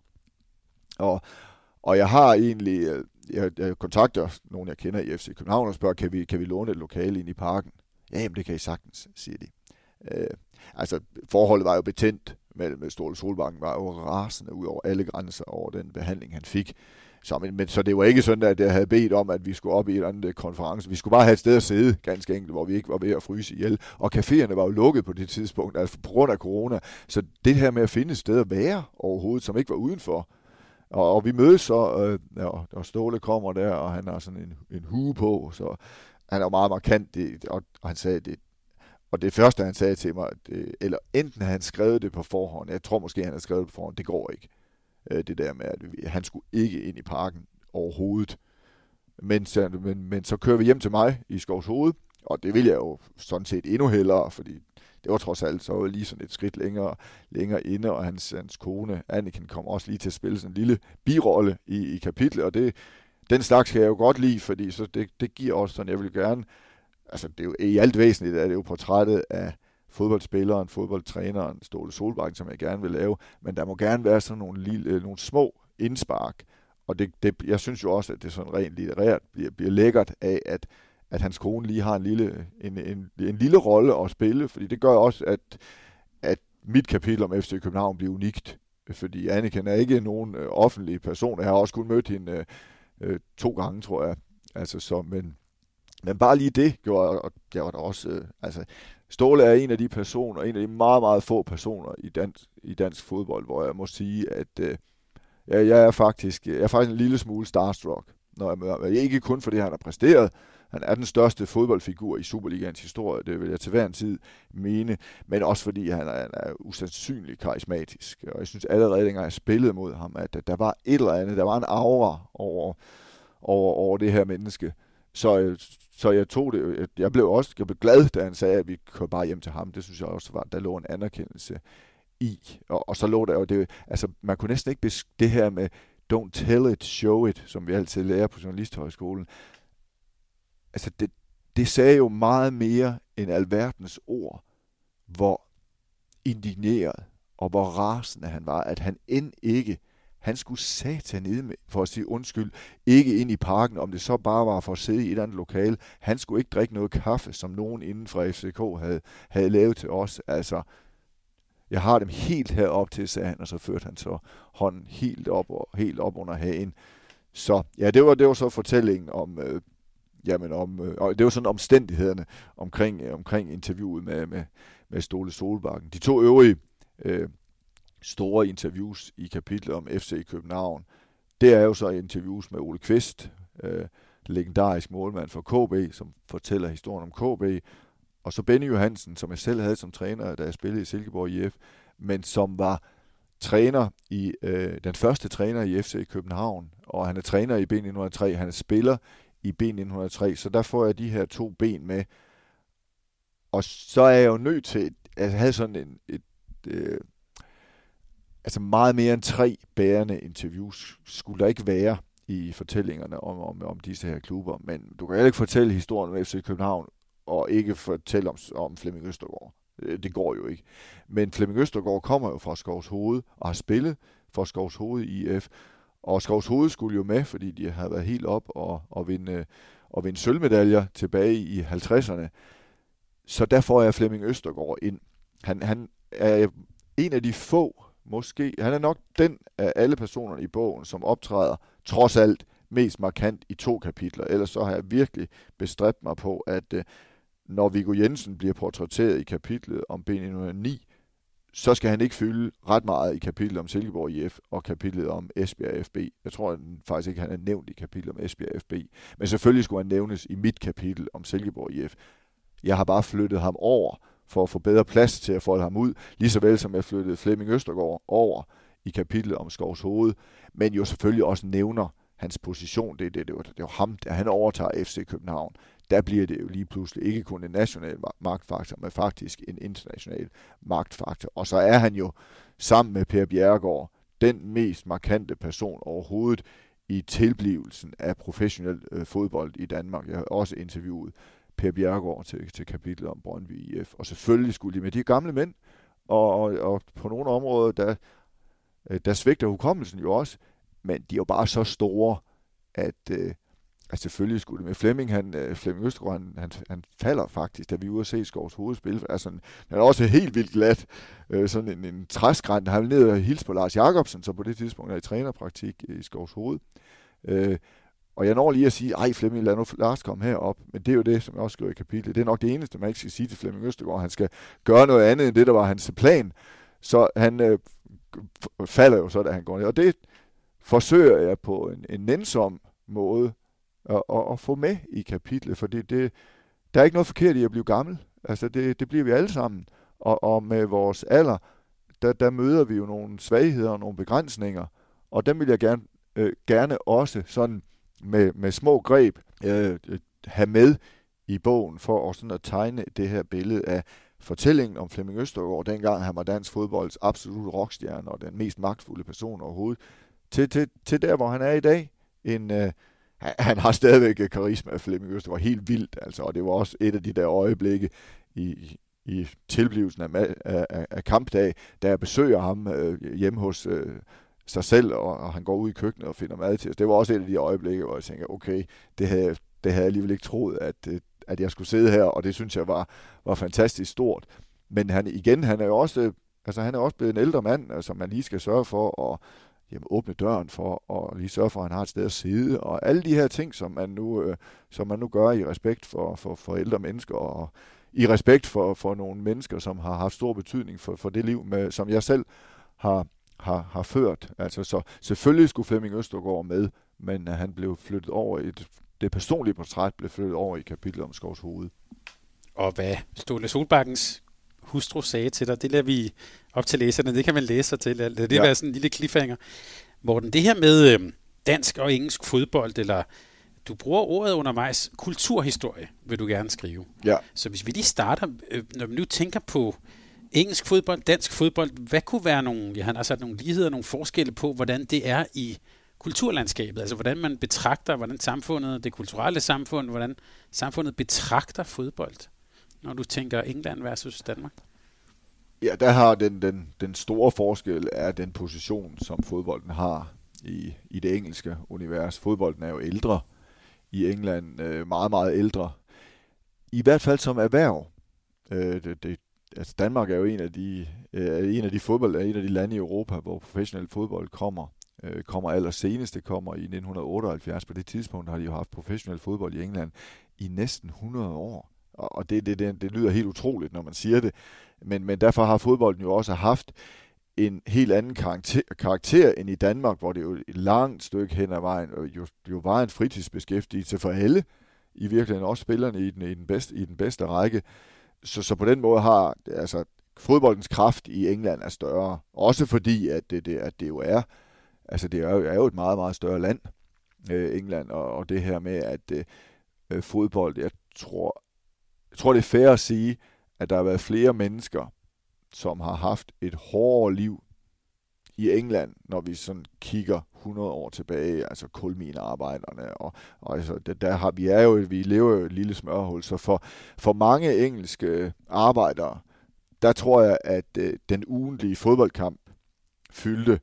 Og jeg har egentlig, jeg kontakter nogen, jeg kender i FC København, og spørger, kan vi låne et lokale ind i parken? Jamen, det kan I sagtens, siger de. Altså, forholdet var jo betændt mellem Ståle Solbakken, var jo rasende ud over alle grænser over den behandling, han fik. Så det var ikke sådan, at jeg havde bedt om, at vi skulle op i en eller anden konference. Vi skulle bare have et sted at sidde, ganske enkelt, hvor vi ikke var ved at fryse ihjel. Og caféerne var jo lukket på det tidspunkt, altså på grund af corona. Så det her med at finde et sted at være overhovedet, som ikke var udenfor. Og vi mødes så, og Ståle kommer der, og han har sådan en hue på, så han er jo meget markant, og han sagde det. Og det første, han sagde til mig, eller enten han skrevet det på forhånd, jeg tror måske, han har skrevet det på forhånd, det går ikke. Det der med, at han skulle ikke ind i parken overhovedet. Men så kører vi hjem til mig i Skovshoved, og det vil jeg jo sådan set endnu hellere, fordi det var trods alt så lige sådan et skridt længere inde, og hans kone, Anniken, kom også lige til at spille sådan en lille birolle i kapitlet, og den slags kan jeg jo godt lide, fordi så det giver også sådan, jeg vil gerne, altså det er jo i alt væsentligt, at det er jo portrættet af fodboldspilleren, fodboldtræneren, Ståle Solbakken, som jeg gerne vil lave, men der må gerne være sådan nogle små indspark, og jeg synes jo også, at det sådan rent litterært bliver lækkert af, at hans kone lige har en lille rolle at spille, fordi det gør også, at mit kapitel om FC København bliver unikt, fordi Anniken er ikke nogen offentlig person. Jeg har også kun mødt hende 2 gange, tror jeg. Altså så, men bare lige det gjorde, og jeg var der også, Ståle er en af de personer, en af de meget, meget få personer i dansk fodbold, hvor jeg må sige, at jeg er faktisk en lille smule starstruck, når jeg møder ham. Ikke kun fordi han har præsteret, han er den største fodboldfigur i Superligaens historie, det vil jeg til hver en tid mene, men også fordi han er usandsynligt karismatisk. Og jeg synes allerede, dengang jeg spillede mod ham, at der var et eller andet, der var en aura over det her menneske. Så jeg tog det, jeg blev glad, da han sagde, at vi kørte bare hjem til ham. Det synes jeg også var, der lå en anerkendelse i. Og så lå der jo det, altså man kunne næsten ikke det her med don't tell it, show it, som vi altid lærer på Journalisthøjskolen. Altså det sagde jo meget mere end alverdens ord, hvor indigneret og hvor rasende han var, at han end ikke, han skulle satanede med, for at sige undskyld, ikke ind i parken, om det så bare var for at sidde i et eller andet lokale. Han skulle ikke drikke noget kaffe, som nogen inden fra FCK havde lavet til os. Altså, jeg har dem helt herop til, sagde han, og så førte han så hånden helt op under hagen. Så ja, det var så fortællingen om, og det var sådan omstændighederne omkring interviewet med Ståle Solbakken. De 2 øvrige store interviews i kapitlet om FC København, det er jo så interviews med Ole Kvist, legendarisk målmand for KB, som fortæller historien om KB, og så Benny Johansen, som jeg selv havde som træner, da jeg spillede i Silkeborg IF, men som var træner den første træner i FC København, og han er træner i B1903, han er spiller i B1903, så der får jeg de her 2 ben med, og så er jeg jo nødt til, at have sådan altså meget mere end 3 bærende interviews skulle der ikke være i fortællingerne om disse her klubber, men du kan heller ikke fortælle historien om FC København, og ikke fortælle om Flemming Østergaard. Det går jo ikke. Men Flemming Østergaard kommer jo fra Skovshoved, og har spillet for Skovshoved IF, og Skovshoved skulle jo med, fordi de havde været helt op og vinde sølvmedaljer tilbage i 50'erne. Så der får jeg Flemming Østergaard ind. Han er en af de få, måske, han er nok den af alle personerne i bogen, som optræder trods alt mest markant i 2 kapitler. Ellers så har jeg virkelig bestræbt mig på, at når Viggo Jensen bliver portrætteret i kapitlet om B1909, så skal han ikke fylde ret meget i kapitlet om Silkeborg IF og kapitlet om Esbjerg FB. Jeg tror faktisk ikke, han er nævnt i kapitlet om Esbjerg FB. Men selvfølgelig skulle han nævnes i mit kapitel om Silkeborg IF. Jeg har bare flyttet ham over for at få bedre plads til at folde ham ud, lige så vel som jeg flyttede Flemming Østergaard over i kapitlet om Skovshoved, men jo selvfølgelig også nævner hans position. Det er jo ham, da han overtager FC København. Der bliver det jo lige pludselig ikke kun en national magtfaktor, men faktisk en international magtfaktor. Og så er han jo sammen med Per Bjerregaard den mest markante person overhovedet i tilblivelsen af professionel fodbold i Danmark. Jeg har også interviewet Per Bjerregaard til kapitlet om Brøndby IF. Og selvfølgelig skulle de med de gamle mænd, og på nogle områder, der svigter hukommelsen jo også, men de er jo bare så store, at selvfølgelig skulle det med Flemming Østergaard, han falder faktisk, da vi er ude at se Skovshoved spille. Altså, han er også helt vildt glat. Sådan en træskrænt. Han vil ned og hilse på Lars Jacobsen, så på det tidspunkt er i trænerpraktik i Skovshoved. Og jeg når lige at sige, ej Flemming, lad nu Lars komme herop. Men det er jo det, som jeg også skriver i kapitlet. Det er nok det eneste, man ikke skal sige til Flemming Østergaard. Han skal gøre noget andet, end det, der var hans plan. Så han falder jo så, da han går ned. Og det forsøger jeg på en nænsom måde at få med i kapitlet. Fordi der er ikke noget forkert i at blive gammel. Altså det bliver vi alle sammen. Og med vores alder, der møder vi jo nogle svagheder og nogle begrænsninger. Og dem vil jeg gerne også sådan med små greb have med i bogen for at tegne det her billede af fortællingen om Flemming Østergaard, dengang han var dansk fodbolds absolut rockstjerne og den mest magtfulde person overhovedet, til der, hvor han er i dag. Han har stadigvæk karisma af Flemming Østergaard, helt vildt, altså, og det var også et af de der øjeblikke i tilblivelsen af kampdag, da jeg besøger ham hjemme hos sig selv, og han går ud i køkkenet og finder mad til os. Det var også et af de øjeblikke, hvor jeg tænker, okay, det havde jeg alligevel ikke troet, at jeg skulle sidde her, og det synes jeg var fantastisk stort. Men han er jo også, han er også blevet en ældre mand, som man lige skal sørge for at åbne døren for, og lige sørge for, at han har et sted at sidde, og alle de her ting, som man nu gør i respekt for ældre mennesker, og i respekt for nogle mennesker, som har haft stor betydning for det liv, som jeg selv har ført. Altså, så selvfølgelig skulle Flemming Østergaard med, men han blev flyttet over det personlige portræt blev flyttet over i kapitlet om Skovs hoved. Og hvad Ståle Solbakkens hustru sagde til dig, det lader vi op til læserne. Det kan man læse sig til. Det være sådan en lille cliffhanger. Morten, det her med dansk og engelsk fodbold, eller du bruger ordet undervejs, kulturhistorie, vil du gerne skrive. Ja. Så hvis vi lige starter, når vi nu tænker på engelsk fodbold, dansk fodbold, hvad kunne være nogle ligheder, nogle forskelle på, hvordan det er i kulturlandskabet, altså hvordan man betragter, hvordan samfundet, det kulturelle samfund, hvordan samfundet betragter fodbold, når du tænker England versus Danmark? Ja, der har den store forskel er den position, som fodbolden har i det engelske univers. Fodbolden er jo ældre i England, meget, meget ældre. I hvert fald som erhverv. Altså Danmark er jo en af de lande i Europa, hvor professionel fodbold kommer allersenest. Det kommer i 1978. På det tidspunkt har de jo haft professionel fodbold i England i næsten 100 år. Og det lyder helt utroligt, når man siger det. Men derfor har fodbolden jo også haft en helt anden karakter end i Danmark, hvor det jo et langt stykke hen ad vejen jo var en fritidsbeskæftigelse for alle. I virkeligheden også spillerne i den bedste række. Så på den måde har fodboldens kraft i England er større. Også fordi, at det jo er, det er jo et meget, meget større land, England, og det her med, at fodbold, jeg tror, det er fair at sige, at der har været flere mennesker, som har haft et hårdere liv i England, når vi sådan kigger 100 år tilbage, altså kulminearbejderne, og altså, vi lever jo et lille smørhul, så for mange engelske arbejdere, der tror jeg, at den ugentlige fodboldkamp fyldte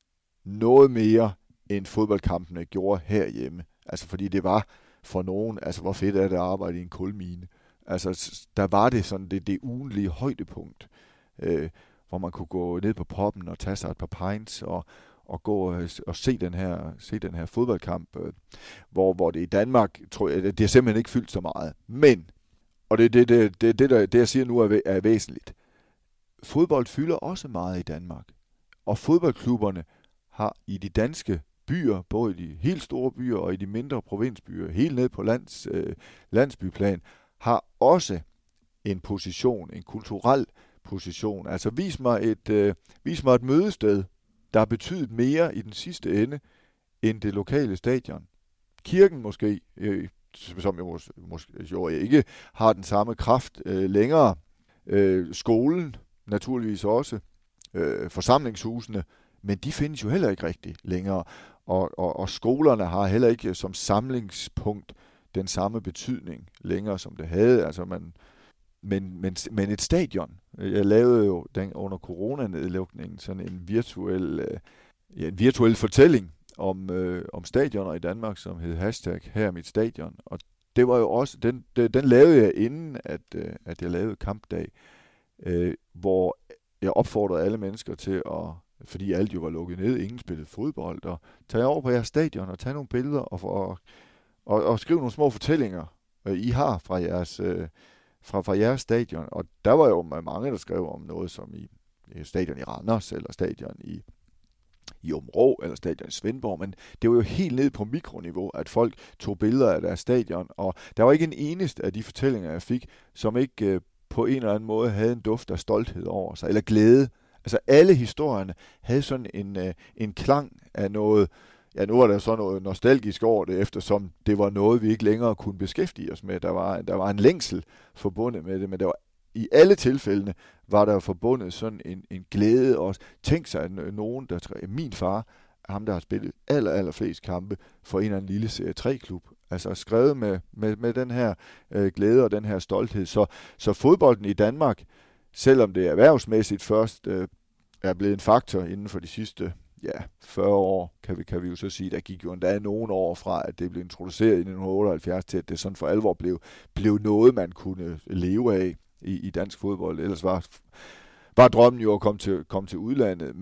noget mere, end fodboldkampene gjorde herhjemme. Altså fordi det var for nogen, altså hvor fedt er det at arbejde i en kulmine. Altså der var det sådan det ugentlige højdepunkt, hvor man kunne gå ned på poppen og tage sig et par pints og gå og se den her fodboldkamp, hvor det i Danmark, tror jeg, det har simpelthen ikke fyldt så meget. Men, og det jeg siger nu er væsentligt, fodbold fylder også meget i Danmark. Og fodboldklubberne har i de danske byer, både i de helt store byer og i de mindre provinsbyer, helt ned på landsbyplan, har også en position, en kulturel position. Altså vis mig et mødested, der har betydet mere i den sidste ende, end det lokale stadion. Kirken måske, som jo ikke har den samme kraft længere. Skolen naturligvis også. Forsamlingshusene, men de findes jo heller ikke rigtig længere. Og skolerne har heller ikke som samlingspunkt den samme betydning længere, som det havde. Altså men et stadion. Jeg lavede jo under coronanedlukningen sådan en virtuel fortælling om stadioner i Danmark, som hed #hermitstadion. Og det var jo også den lavede jeg inden at jeg lavede kampdag, hvor jeg opfordrede alle mennesker til fordi alt jo var lukket ned, ingen spillede fodbold, og tage over på jeres stadion og tage nogle billeder og skrive nogle små fortællinger, I har fra jeres stadion. Og der var jo mange, der skrev om noget som i stadion i Randers, eller stadion i Aabenraa, eller stadion i Svendborg, men det var jo helt ned på mikroniveau, at folk tog billeder af deres stadion, og der var ikke en eneste af de fortællinger, jeg fik, som ikke på en eller anden måde havde en duft af stolthed over sig, eller glæde. Altså alle historierne havde sådan en klang af noget, ja, nu var der så noget nostalgisk over det, eftersom det var noget, vi ikke længere kunne beskæftige os med. Der var en længsel forbundet med det, men der var i alle tilfældene var der forbundet sådan en glæde også. Tænk sig, at nogen, min far, ham der har spillet allerflest kampe for en eller anden lille serie 3-klub, altså skrevet med den her glæde og den her stolthed. Så fodbolden i Danmark, selvom det erhvervsmæssigt først er blevet en faktor inden for de sidste 40 år, kan vi jo så sige, der gik jo endda nogle år fra, at det blev introduceret i 1978 til, at det sådan for alvor blev noget, man kunne leve af i dansk fodbold. Ellers var drømmen jo at komme til udlandet,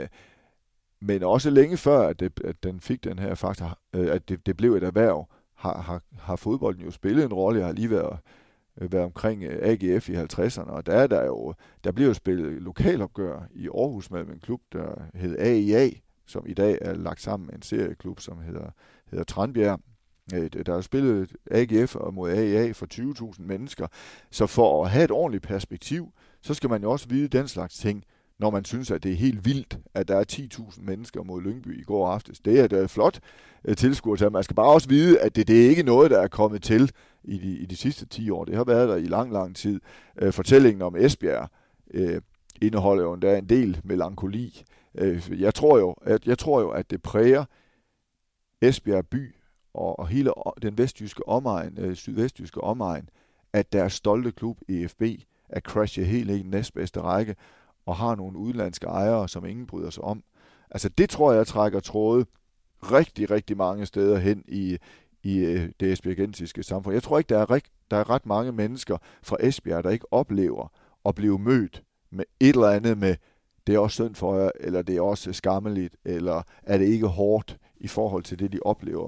men også længe før, at den fik den her faktor, at det blev et erhverv, har fodbolden jo spillet en rolle. Jeg har lige været omkring AGF i 50'erne, og der bliver jo spillet lokalopgør i Aarhus med en klub, der hed AIA, som i dag er lagt sammen med en serieklub, som hedder Tranbjerg. Der er spillet AGF mod AIA for 20.000 mennesker, så for at have et ordentligt perspektiv, så skal man jo også vide den slags ting, når man synes, at det er helt vildt, at der er 10.000 mennesker mod Lyngby i går aftes. Det er et flot tilskuertal. Man skal bare også vide, at det er ikke noget, der er kommet til i de sidste 10 år. Det har været der i lang tid. Fortællingen om Esbjerg indeholder jo endda en del melankoli. Jeg tror jo, at det præger Esbjerg by og hele den sydvestjyske omegn, at deres stolte klub EFB er crashet helt i den næstbedste række, og har nogle udenlandske ejere, som ingen bryder sig om. Altså det tror jeg trækker tråde rigtig, rigtig mange steder hen i det esbjergensiske samfund. Jeg tror ikke, der er ret mange mennesker fra Esbjerg, der ikke oplever at blive mødt med et eller andet med, det er også synd for jer, eller det er også skammeligt, eller er det ikke hårdt i forhold til det, de oplever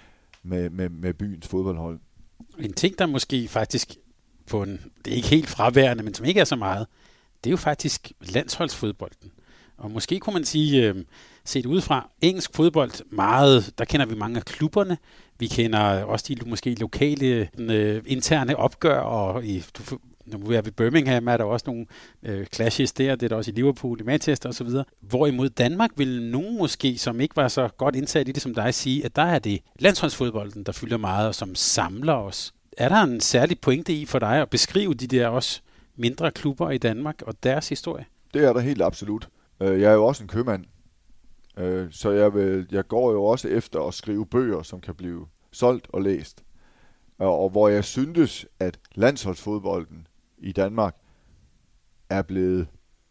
med byens fodboldhold. En ting, der måske faktisk det er ikke helt fraværende, men som ikke er så meget, det er jo faktisk landsholdsfodbolden. Og måske kunne man sige, set udefra, engelsk fodbold, meget, der kender vi mange af klubberne. Vi kender også de måske lokale interne opgør, og når vi er ved Birmingham, er der også nogle clashes der, det er der også i Liverpool, i Manchester osv. Hvorimod Danmark vil nogen måske, som ikke var så godt indsat i det som dig, sige, at der er det landsholdsfodbolden, der fylder meget, og som samler os. Er der en særlig pointe i for dig at beskrive de der også mindre klubber i Danmark og deres historie? Det er der helt absolut. Jeg er jo også en købmand, så jeg går jo også efter at skrive bøger, som kan blive solgt og læst. Og hvor jeg syntes, at landsholdsfodbolden i Danmark er blevet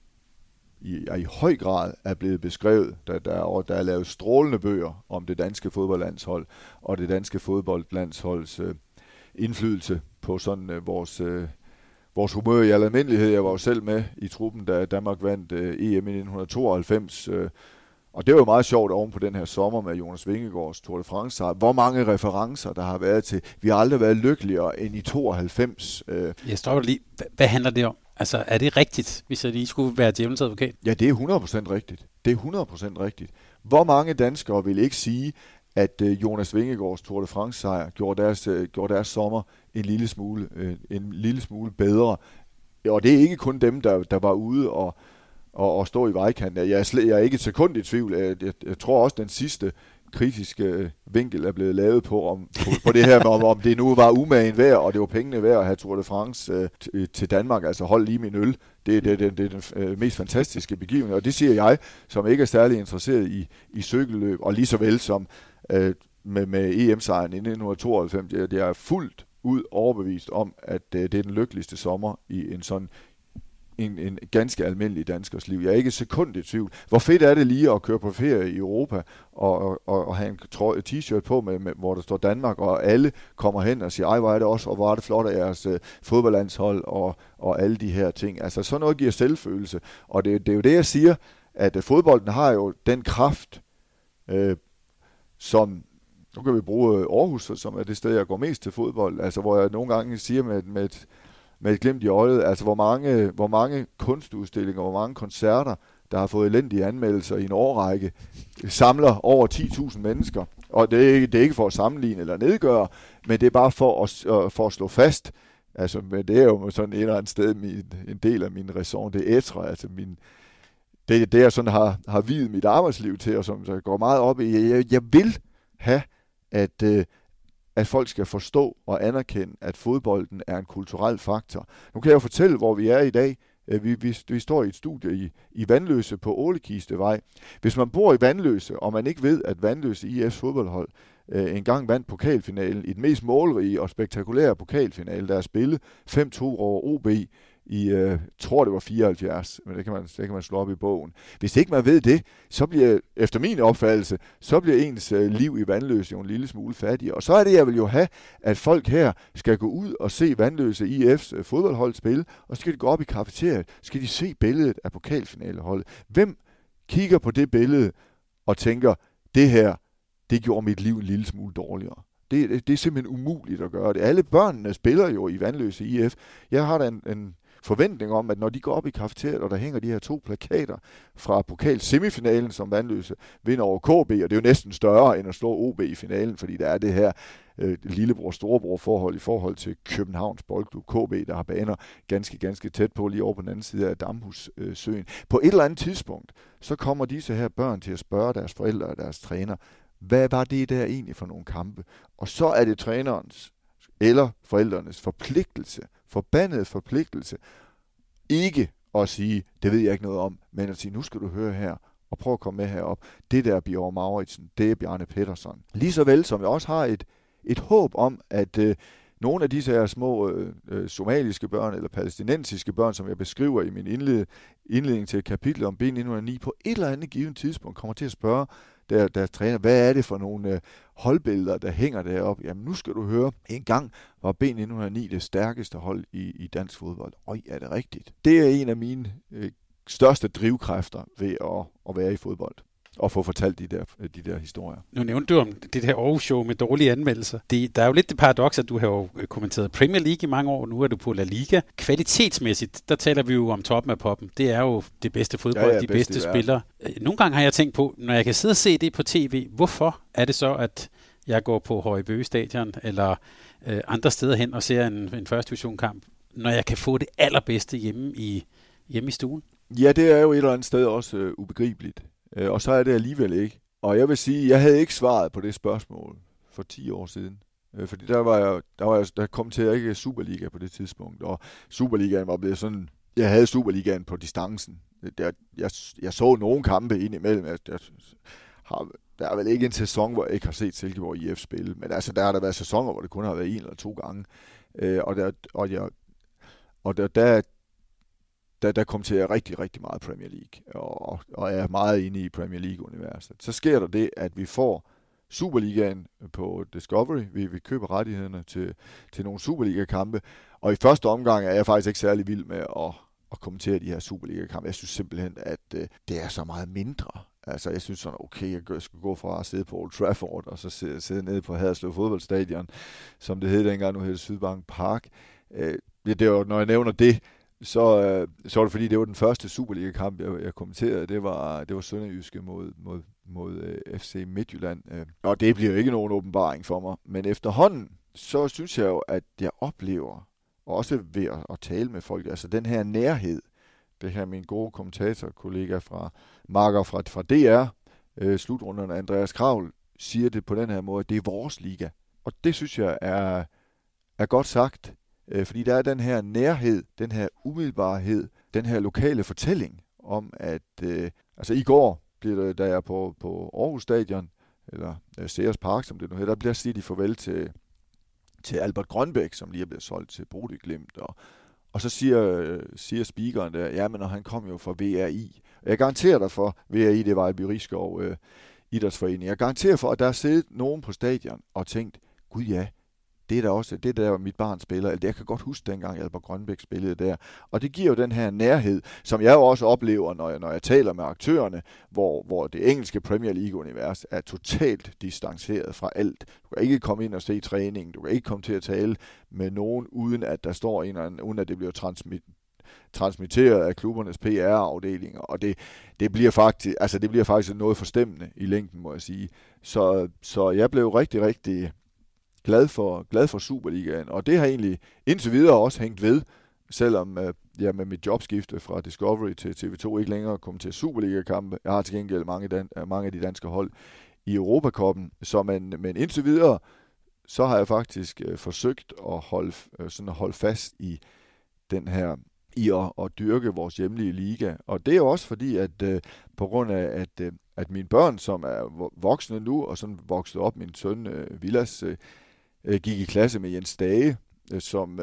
i høj grad er blevet beskrevet. Der er lavet strålende bøger om det danske fodboldlandshold og det danske fodboldlandsholds indflydelse på sådan vores humør i al almindelighed. Jeg var jo selv med i truppen, da Danmark vandt EM i 1992. Og det var jo meget sjovt oven på den her sommer med Jonas Vingegaards Tour de France. Hvor mange referencer der har været til. Vi har aldrig været lykkeligere end i 92. Jeg stopper lige. Hvad handler det om? Altså, er det rigtigt, hvis jeg lige skulle være djævelens advokat? Ja, det er 100% rigtigt. Det er 100% rigtigt. Hvor mange danskere vil ikke sige, at Jonas Vingegaards Tour de France-sejr gjorde deres sommer en lille smule bedre. Og det er ikke kun dem, der var ude og stå i vejkanten. Jeg er ikke et sekund i tvivl. Jeg tror også, den sidste kritiske vinkel er blevet lavet på det her med, om det nu var umagen værd, og det var pengene værd at have Tour de France til Danmark. Altså hold lige min øl. Det er den mest fantastiske begivenhed. Og det siger jeg, som ikke er særlig interesseret i cykelløb, og lige så vel som med EM-sejren i 1992. Jeg er fuldt ud overbevist om, at det er den lykkeligste sommer i en sådan en ganske almindelig danskers liv. Jeg er ikke et sekund i tvivl. Hvor fedt er det lige at køre på ferie i Europa og have en t-shirt på, hvor der står Danmark, og alle kommer hen og siger, ej, hvor er det også, og hvor er det flot af jeres fodboldlandshold, og alle de her ting. Altså sådan noget giver selvfølelse. Og det er jo det, jeg siger, at fodbolden har jo den kraft, som, nu kan vi bruge Aarhus, som er det sted, jeg går mest til fodbold, altså hvor jeg nogle gange siger med et glimt i øjet, altså hvor mange kunstudstillinger, hvor mange koncerter, der har fået elendige anmeldelser i en årrække, samler over 10.000 mennesker. Og det er ikke for at sammenligne eller nedgøre, men det er bare for at slå fast. Altså, men det er jo sådan et eller andet sted en del af min raison d'être. Altså det jeg sådan har viet mit arbejdsliv til, og som så går meget op i. Jeg vil have, at folk skal forstå og anerkende, at fodbolden er en kulturel faktor. Nu kan jeg jo fortælle, hvor vi er i dag. Vi står i et studie i Vandløse på Ålekistevej. Hvis man bor i Vandløse, og man ikke ved, at Vandløse IF's fodboldhold engang vandt pokalfinalen i den mest målrige og spektakulære pokalfinale, der er spillet 5-2 over OB i, tror det var 74, men det kan man slå op i bogen. Hvis ikke man ved det, så bliver, efter min opfattelse, så bliver ens liv i Vandløse jo en lille smule fattigere. Og så er det, jeg vil jo have, at folk her skal gå ud og se Vandløse IF's fodboldhold spille, og så skal de gå op i cafeteriet, skal de se billedet af pokalfinaleholdet. Hvem kigger på det billede og tænker, det her, det gjorde mit liv en lille smule dårligere? Det er simpelthen umuligt at gøre det. Alle børnene spiller jo i Vandløse IF. Jeg har da en forventning om, at når de går op i cafeteriet, og der hænger de her 2 plakater fra pokalsemifinalen, som Vandløse vinder over KB, og det er jo næsten større end at slå OB i finalen, fordi der er det her lillebror-storebror-forhold i forhold til Københavns Boldklub KB, der har baner ganske tæt på, lige over på den anden side af Damhussøen. På et eller andet tidspunkt, så kommer disse her børn til at spørge deres forældre og deres træner, hvad var det der egentlig for nogle kampe? Og så er det trænerens eller forældrenes forbandede forpligtelse, ikke at sige, det ved jeg ikke noget om, men at sige, nu skal du høre her, og prøv at komme med herop. Det der er Bjørn Mauritsen, det er Bjarne Pettersson. Lige så vel som jeg også har et håb om, at nogle af disse her små somaliske børn, eller palæstinensiske børn, som jeg beskriver i min indledning til et kapitel om B1909, på et eller andet givet tidspunkt kommer til at spørge deres træner, hvad er det for nogle holdbilleder, der hænger deroppe? Jamen nu skal du høre, en gang var B1909 det stærkeste hold i dansk fodbold. Er det rigtigt? Det er en af mine største drivkræfter ved at være i fodbold og få fortalt de der historier. Nu nævnte du om det her Aarhus-show med dårlige anmeldelser. Der er jo lidt det paradoks, at du har jo kommenteret Premier League i mange år, nu er du på La Liga. Kvalitetsmæssigt, der taler vi jo om toppen af poppen. Det er jo det bedste fodbold, de bedste spillere. Nogle gange har jeg tænkt på, når jeg kan sidde og se det på tv, hvorfor er det så, at jeg går på Højbøge Stadion eller andre steder hen og ser en første divisionskamp, når jeg kan få det allerbedste hjemme i stuen? Ja, det er jo et eller andet sted også ubegribeligt. Og så er det alligevel ikke. Og jeg vil sige, jeg havde ikke svaret på det spørgsmål for 10 år siden. Fordi der kom til at ikke Superliga på det tidspunkt. Og Superligaen var blevet sådan, jeg havde Superligaen på distancen. Jeg så nogle kampe indimellem. Der er vel ikke en sæson, hvor jeg ikke har set Silkeborg IF spille. Men altså, der har der været sæsoner, hvor det kun har været 1 eller 2 gange. Der kom til at rigtig, rigtig meget Premier League, og er meget inde i Premier League-universet. Så sker der det, at vi får Superligaen på Discovery. Vi køber rettighederne til nogle Superliga-kampe, og i første omgang er jeg faktisk ikke særlig vild med at kommentere de her Superliga-kampe. Jeg synes simpelthen, at det er så meget mindre. Altså, jeg synes sådan, okay, jeg skal gå fra at sidde på Old Trafford, og så sidde nede på Haderslev fodboldstadion, som det hed dengang, nu hedder det Sydbank Park. Det er jo, når jeg nævner det, så var det fordi, det var den første Superliga-kamp, jeg kommenterede. Det var Sønderjyske mod FC Midtjylland. Og det bliver jo ikke nogen åbenbaring for mig. Men efterhånden, så synes jeg jo, at jeg oplever, også ved at tale med folk, altså den her nærhed, det her min gode kommentatorkollega Marker fra DR, slutrunderne Andreas Kravl, siger det på den her måde, at det er vores liga. Og det synes jeg er godt sagt. Fordi der er den her nærhed, den her umiddelbarhed, den her lokale fortælling om, at altså i går blev det, da jeg på Aarhus Stadion, eller Sears Park, som det nu hedder, der bliver sagt farvel til Albert Grønbæk, som lige er blevet solgt til Bodø Glimt, og så siger speakeren der, ja, men når han kom jo fra VRI. Jeg garanterer dig for, VRI, det var i Byriskov idrætsforening, jeg garanterer for, at der er siddet nogen på stadion og tænkt, gud ja, det er da også det der mit barn spiller. Eller jeg kan godt huske dengang Albert Grønbæk spillede der. Og det giver jo den her nærhed, som jeg jo også oplever, når jeg taler med aktørerne, hvor det engelske Premier League-univers er totalt distanceret fra alt. Du kan ikke komme ind og se træning, du kan ikke komme til at tale med nogen, uden at der står en eller anden, uden at det bliver transmitteret af klubbernes PR-afdelinger, og det bliver faktisk noget forstemmende i længden, må jeg sige. Så jeg blev rigtig, rigtig glad for Superligaen, og det har egentlig indtil videre også hængt ved, selvom jeg med mit jobskifte fra Discovery til TV2 ikke længere kom til Superliga-kampe. Jeg har til gengæld mange af de danske hold i Europacupen, men indtil videre, så har jeg faktisk forsøgt at holde fast i den her, i at dyrke vores hjemlige liga. Og det er jo også fordi, at på grund af, at mine børn, som er voksne nu, og sådan voksede op, min søn Vilas, gik i klasse med Jens Dage, som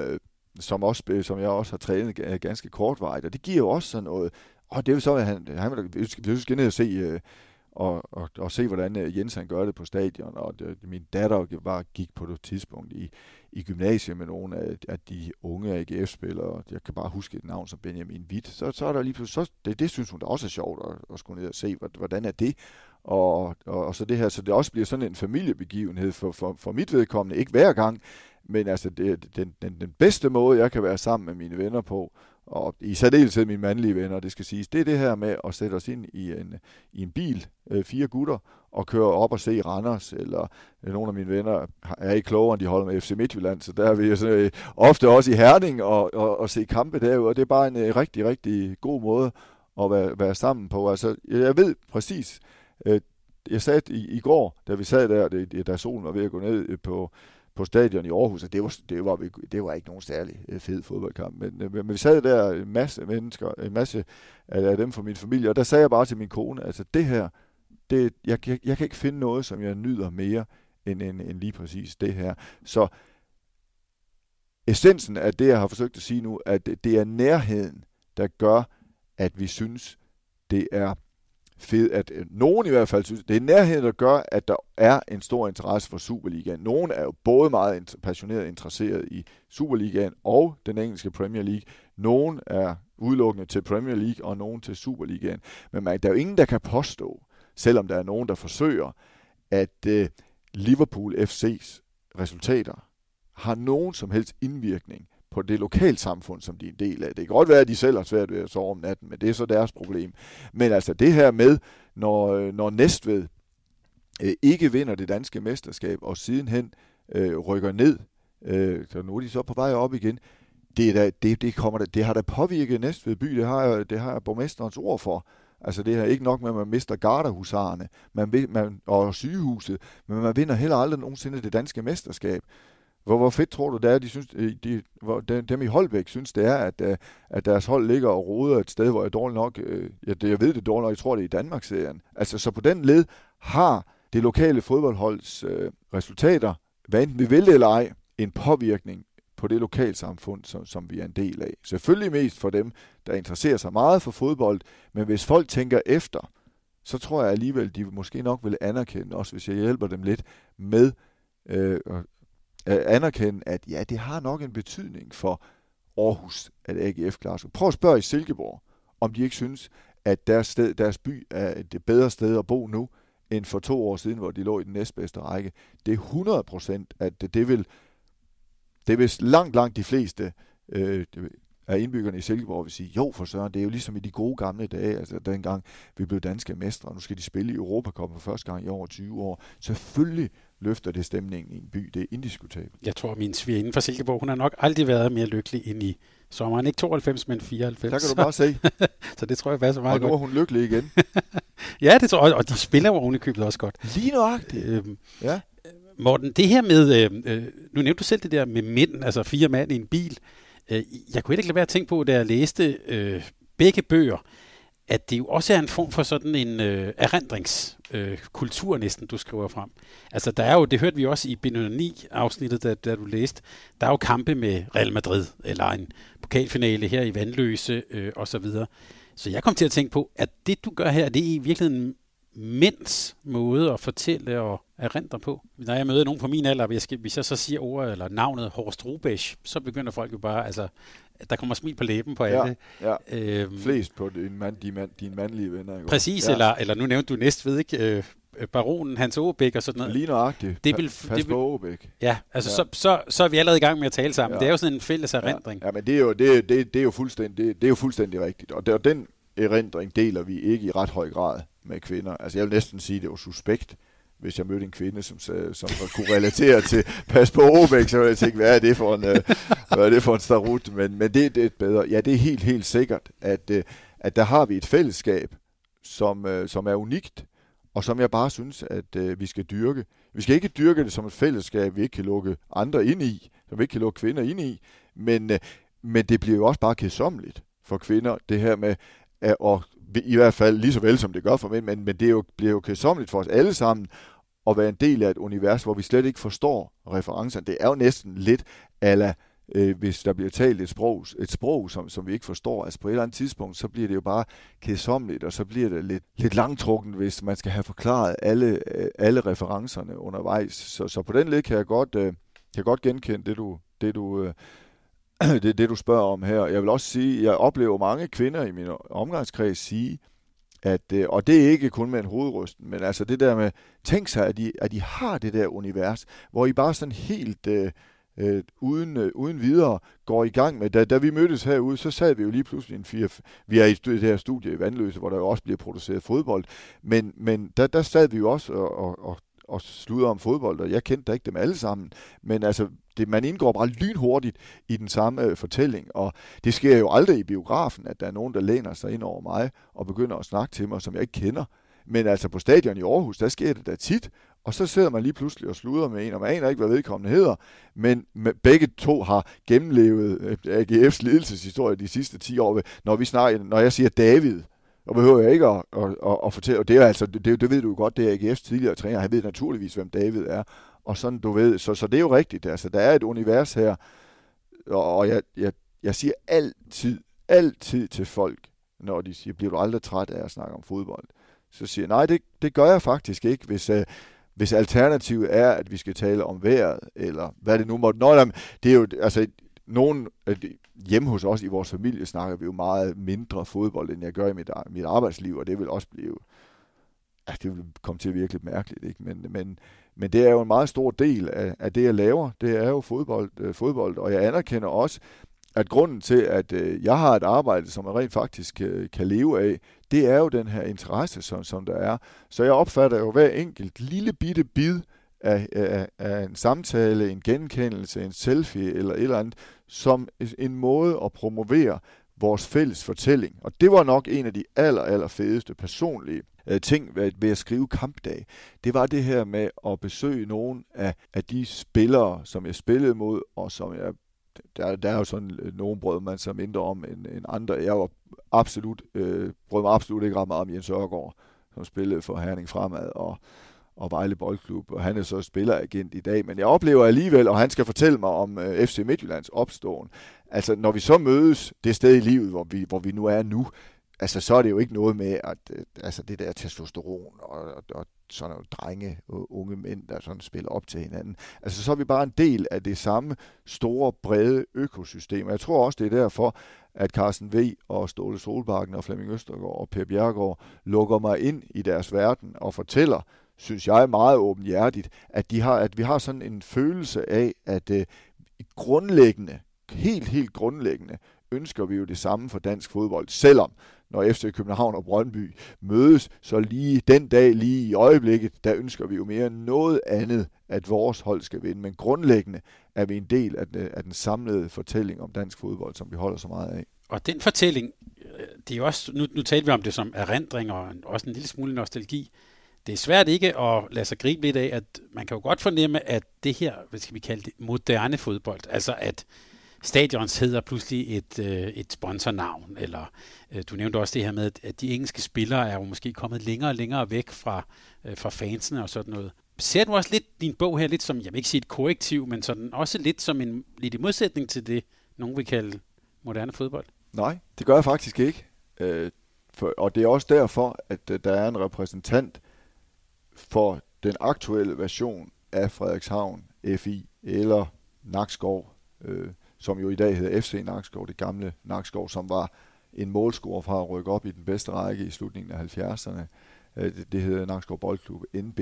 jeg også har trænet ganske kortvarigt, og det giver jo også sådan noget. Og det er jo så, at han vil ned og se, og se, hvordan Jens han gør det på stadion, og min datter gik på det tidspunkt i gymnasiet med nogle af de unge AGF-spillere, jeg kan bare huske et navn som Benjamin Witt, så er der lige pludselig, det synes hun da også er sjovt at skulle ned og se, hvordan er det, og så det her, så det også bliver sådan en familiebegivenhed for mit vedkommende, ikke hver gang, men altså den bedste måde, jeg kan være sammen med mine venner på, og i særdeleshed mine mandlige venner, det skal siges, det er det her med at sætte os ind i en bil, 4 gutter, og køre op og se Randers, eller nogle af mine venner er ikke klogere, end de holder med FC Midtjylland, så der er vi så ofte også i Herning og se kampe derude, og det er bare en rigtig, rigtig god måde at være sammen på. Altså, jeg ved præcis, jeg sagde i går, da vi sad der, da solen var ved at gå ned på stadion i Aarhus, at det var ikke nogen særlig fed fodboldkamp, men vi sad der en masse mennesker, en masse af dem fra min familie, og der sagde jeg bare til min kone, altså det her, jeg kan ikke finde noget, som jeg nyder mere, end lige præcis det her. Så essensen af det, jeg har forsøgt at sige nu, at det er nærheden, der gør, at vi synes, det er fedt, at nogen i hvert fald synes, det er nærheden, der gør, at der er en stor interesse for Superligaen. Nogen er jo både meget passioneret interesseret i Superligaen og den engelske Premier League. Nogen er udelukkende til Premier League, og nogen til Superligaen. Men der er jo ingen, der kan påstå, selvom der er nogen, der forsøger, at Liverpool FC's resultater har nogen som helst indvirkning på det lokalsamfund, som de er en del af. Det kan godt være, at de selv har svært ved at sove om natten, men det er så deres problem. Men altså det her med, når Næstved ikke vinder det danske mesterskab, og sidenhen rykker ned, så nu er de så på vej op igen, det har da påvirket Næstved by, det har borgmesterens ord for. Altså det er ikke nok med, at man mister Garderhusarerne og sygehuset, men man vinder heller aldrig nogensinde det danske mesterskab. Hvor fedt tror du det er, de synes, dem i Holbæk synes det er, at deres hold ligger og roder et sted, hvor jeg dårligt nok, jeg ved det dårligt nok, jeg tror det er i Danmarksserien. Altså så på den led har det lokale fodboldholds resultater, hvad enten vi vil det eller ej, en påvirkning på det lokalsamfund, som vi er en del af. Selvfølgelig mest for dem, der interesserer sig meget for fodbold, men hvis folk tænker efter, så tror jeg alligevel, de måske nok vil anerkende, også hvis jeg hjælper dem lidt med anerkende, at ja, det har nok en betydning for Aarhus, at AGF klarer sig. Prøv at spørge i Silkeborg, om de ikke synes, at deres by er et bedre sted at bo nu, end for 2 år siden, hvor de lå i den næstbedste række. Det er 100%, at det vil langt de fleste af indbyggerne i Silkeborg vil sige, jo for søren, det er jo ligesom i de gode gamle dage, altså dengang vi blev danske mestre, og nu skal de spille i Europacupen for første gang i over 20 år. Selvfølgelig løfter det stemningen i en by, det er indiskutabelt. Jeg tror, min svigerinde fra Silkeborg, hun har nok aldrig været mere lykkelig end i sommeren. Ikke 92, men 94. Der kan du bare se. Så det tror jeg passer meget godt. Og nu er hun lykkelig igen. Ja, det tror jeg, og de spiller jo ovenikøbet også godt. Lige nøjagtigt. Ja. Morten, det her med, nu nævnte du selv det der med mænd, altså 4 mand i en bil. Jeg kunne ikke lade være at tænke på, da jeg læste begge bøger, at det jo også er en form for sådan en erindringskultur næsten, du skriver frem. Altså der er jo, det hørte vi også i B9-afsnittet, da du læste, der er jo kampe med Real Madrid, eller en pokalfinale her i Vandløse, og så videre. Så jeg kom til at tænke på, at det du gør her, det er i virkeligheden mænds måde at fortælle og erindre på. Når jeg møder nogen på min alder, hvis jeg så siger ordet eller navnet Horst Rubesch, så begynder folk jo bare, altså, der kommer smil på læben på alle. Ja. Flest på dine mandlige venner. Ikke? Præcis, eller nu nævnte du Næstved, ikke? Baronen Hans Aabæk og sådan noget. Lige nøjagtigt. Pas på Aabæk. Ja, altså så er vi allerede i gang med at tale sammen. Ja. Det er jo sådan en fælles erindring. Ja, men det er jo fuldstændig rigtigt. Og den erindring deler vi ikke i ret høj grad med kvinder. Altså jeg vil næsten sige, det var suspekt, hvis jeg mødte en kvinde, som kunne relatere til Pas på Aabæk, så ville jeg tænke, hvad er det for en starut? Men det er bedre. Ja, det er helt sikkert, at der har vi et fællesskab, som er unikt, og som jeg bare synes, at vi skal dyrke. Vi skal ikke dyrke det som et fællesskab, vi ikke kan lukke andre ind i, som vi ikke kan lukke kvinder ind i, men det bliver jo også bare kedsommeligt for kvinder, det her med, og i hvert fald lige så vel som det gør for mænd, men det bliver jo kedsommeligt for os alle sammen at være en del af et univers, hvor vi slet ikke forstår referencerne. Det er jo næsten lidt ala, hvis der bliver talt et sprog som vi ikke forstår. Altså på et eller andet tidspunkt, så bliver det jo bare kedsommeligt, og så bliver det lidt langtrukken, hvis man skal have forklaret alle referencerne undervejs. Så på den led kan jeg godt genkende det du spørger om her. Jeg vil også sige, at jeg oplever mange kvinder i min omgangskreds sige, og det er ikke kun med en hovedrysten, men altså det der med, tænk sig, at de har det der univers, hvor I bare sådan helt uden videre går i gang med. Da vi mødtes herude, så sad vi jo lige pludselig vi er i det her studie i Vandløse, hvor der jo også bliver produceret fodbold, men der sad vi jo også og sludder om fodbold, og jeg kendte da ikke dem alle sammen, men altså, man indgår bare lynhurtigt i den samme fortælling, og det sker jo aldrig i biografen, at der er nogen, der læner sig ind over mig og begynder at snakke til mig, som jeg ikke kender. Men altså på stadion i Aarhus, der sker det da tit, og så sidder man lige pludselig og sluder med en, og man aner ikke, hvad vedkommende hedder, men begge to har gennemlevet AGF's ledelseshistorie de sidste 10 år, når jeg siger David, og behøver jeg ikke at fortælle, og det er altså, det ved du jo godt, det er AGF's tidligere træner, han ved naturligvis, hvem David er, og sådan du ved, så det er jo rigtigt, altså der er et univers her, og jeg siger altid til folk, når de siger, bliver du aldrig træt af at snakke om fodbold, så siger jeg, nej, det gør jeg faktisk ikke, hvis alternativet er, at vi skal tale om vejret, eller hvad det nu måtte. Det er jo, altså, hjemme hos os i vores familie snakker vi jo meget mindre fodbold, end jeg gør i mit arbejdsliv, og det vil også blive, det vil komme til at virke lidt mærkeligt, ikke? Men det er jo en meget stor del af det, jeg laver, det er jo fodbold, og jeg anerkender også, at grunden til, at jeg har et arbejde, som jeg rent faktisk kan leve af, det er jo den her interesse, som der er. Så jeg opfatter jo hver enkelt lille bitte bid af en samtale, en genkendelse, en selfie eller et eller andet, som en måde at promovere vores fælles fortælling. Og det var nok en af de aller fedeste personlige ting ved at skrive Kampdag. Det var det her med at besøge nogle af de spillere, som jeg spillede mod, og som jeg der er jo sådan nogen brød man sig mindre om end andre. Jeg var brød mig absolut ikke ret meget om Jens Ørgaard, som spillede for Herning Fremad og Vejle Boldklub, og han er så spilleragent i dag, men jeg oplever alligevel, og han skal fortælle mig om FC Midtjyllands opståen. Altså, når vi så mødes det sted i livet, hvor vi nu er nu, altså, så er det jo ikke noget med, at altså, det der testosteron og sådan nogle drenge og unge mænd, der sådan spiller op til hinanden. Altså, så er vi bare en del af det samme store, brede økosystem. Og jeg tror også, det er derfor, at Carsten V. og Ståle Solbakken og Flemming Østergaard og Per Bjerregaard lukker mig ind i deres verden og fortæller, synes jeg meget åbenhjertigt, at vi har sådan en følelse af, at grundlæggende, helt grundlæggende, ønsker vi jo det samme for dansk fodbold, selvom når FC København og Brøndby mødes, så lige den dag, lige i øjeblikket, der ønsker vi jo mere end noget andet, at vores hold skal vinde. Men grundlæggende er vi en del af den samlede fortælling om dansk fodbold, som vi holder så meget af. Og den fortælling, det er jo også, nu talte vi om det som erindring og også en lille smule nostalgi. Det er svært ikke at lade sig gribe lidt af, at man kan jo godt fornemme, at det her, hvad skal vi kalde det, moderne fodbold, altså at stadions hedder pludselig et sponsornavn, eller du nævnte også det her med, at de engelske spillere er jo måske kommet længere og længere væk fra fansene og sådan noget. Ser du også lidt din bog her lidt som, jeg vil ikke sige et korrektiv, men sådan også lidt som lidt i modsætning til det, nogen vil kalde moderne fodbold? Nej, det gør jeg faktisk ikke. Og det er også derfor, at der er en repræsentant for den aktuelle version af Frederikshavn FI eller Nakskov, som jo i dag hedder FC Nakskov, det gamle Nakskov, som var en målscorer fra at rykke op i den bedste række i slutningen af 70'erne. Det hedder Nakskov Boldklub, NB.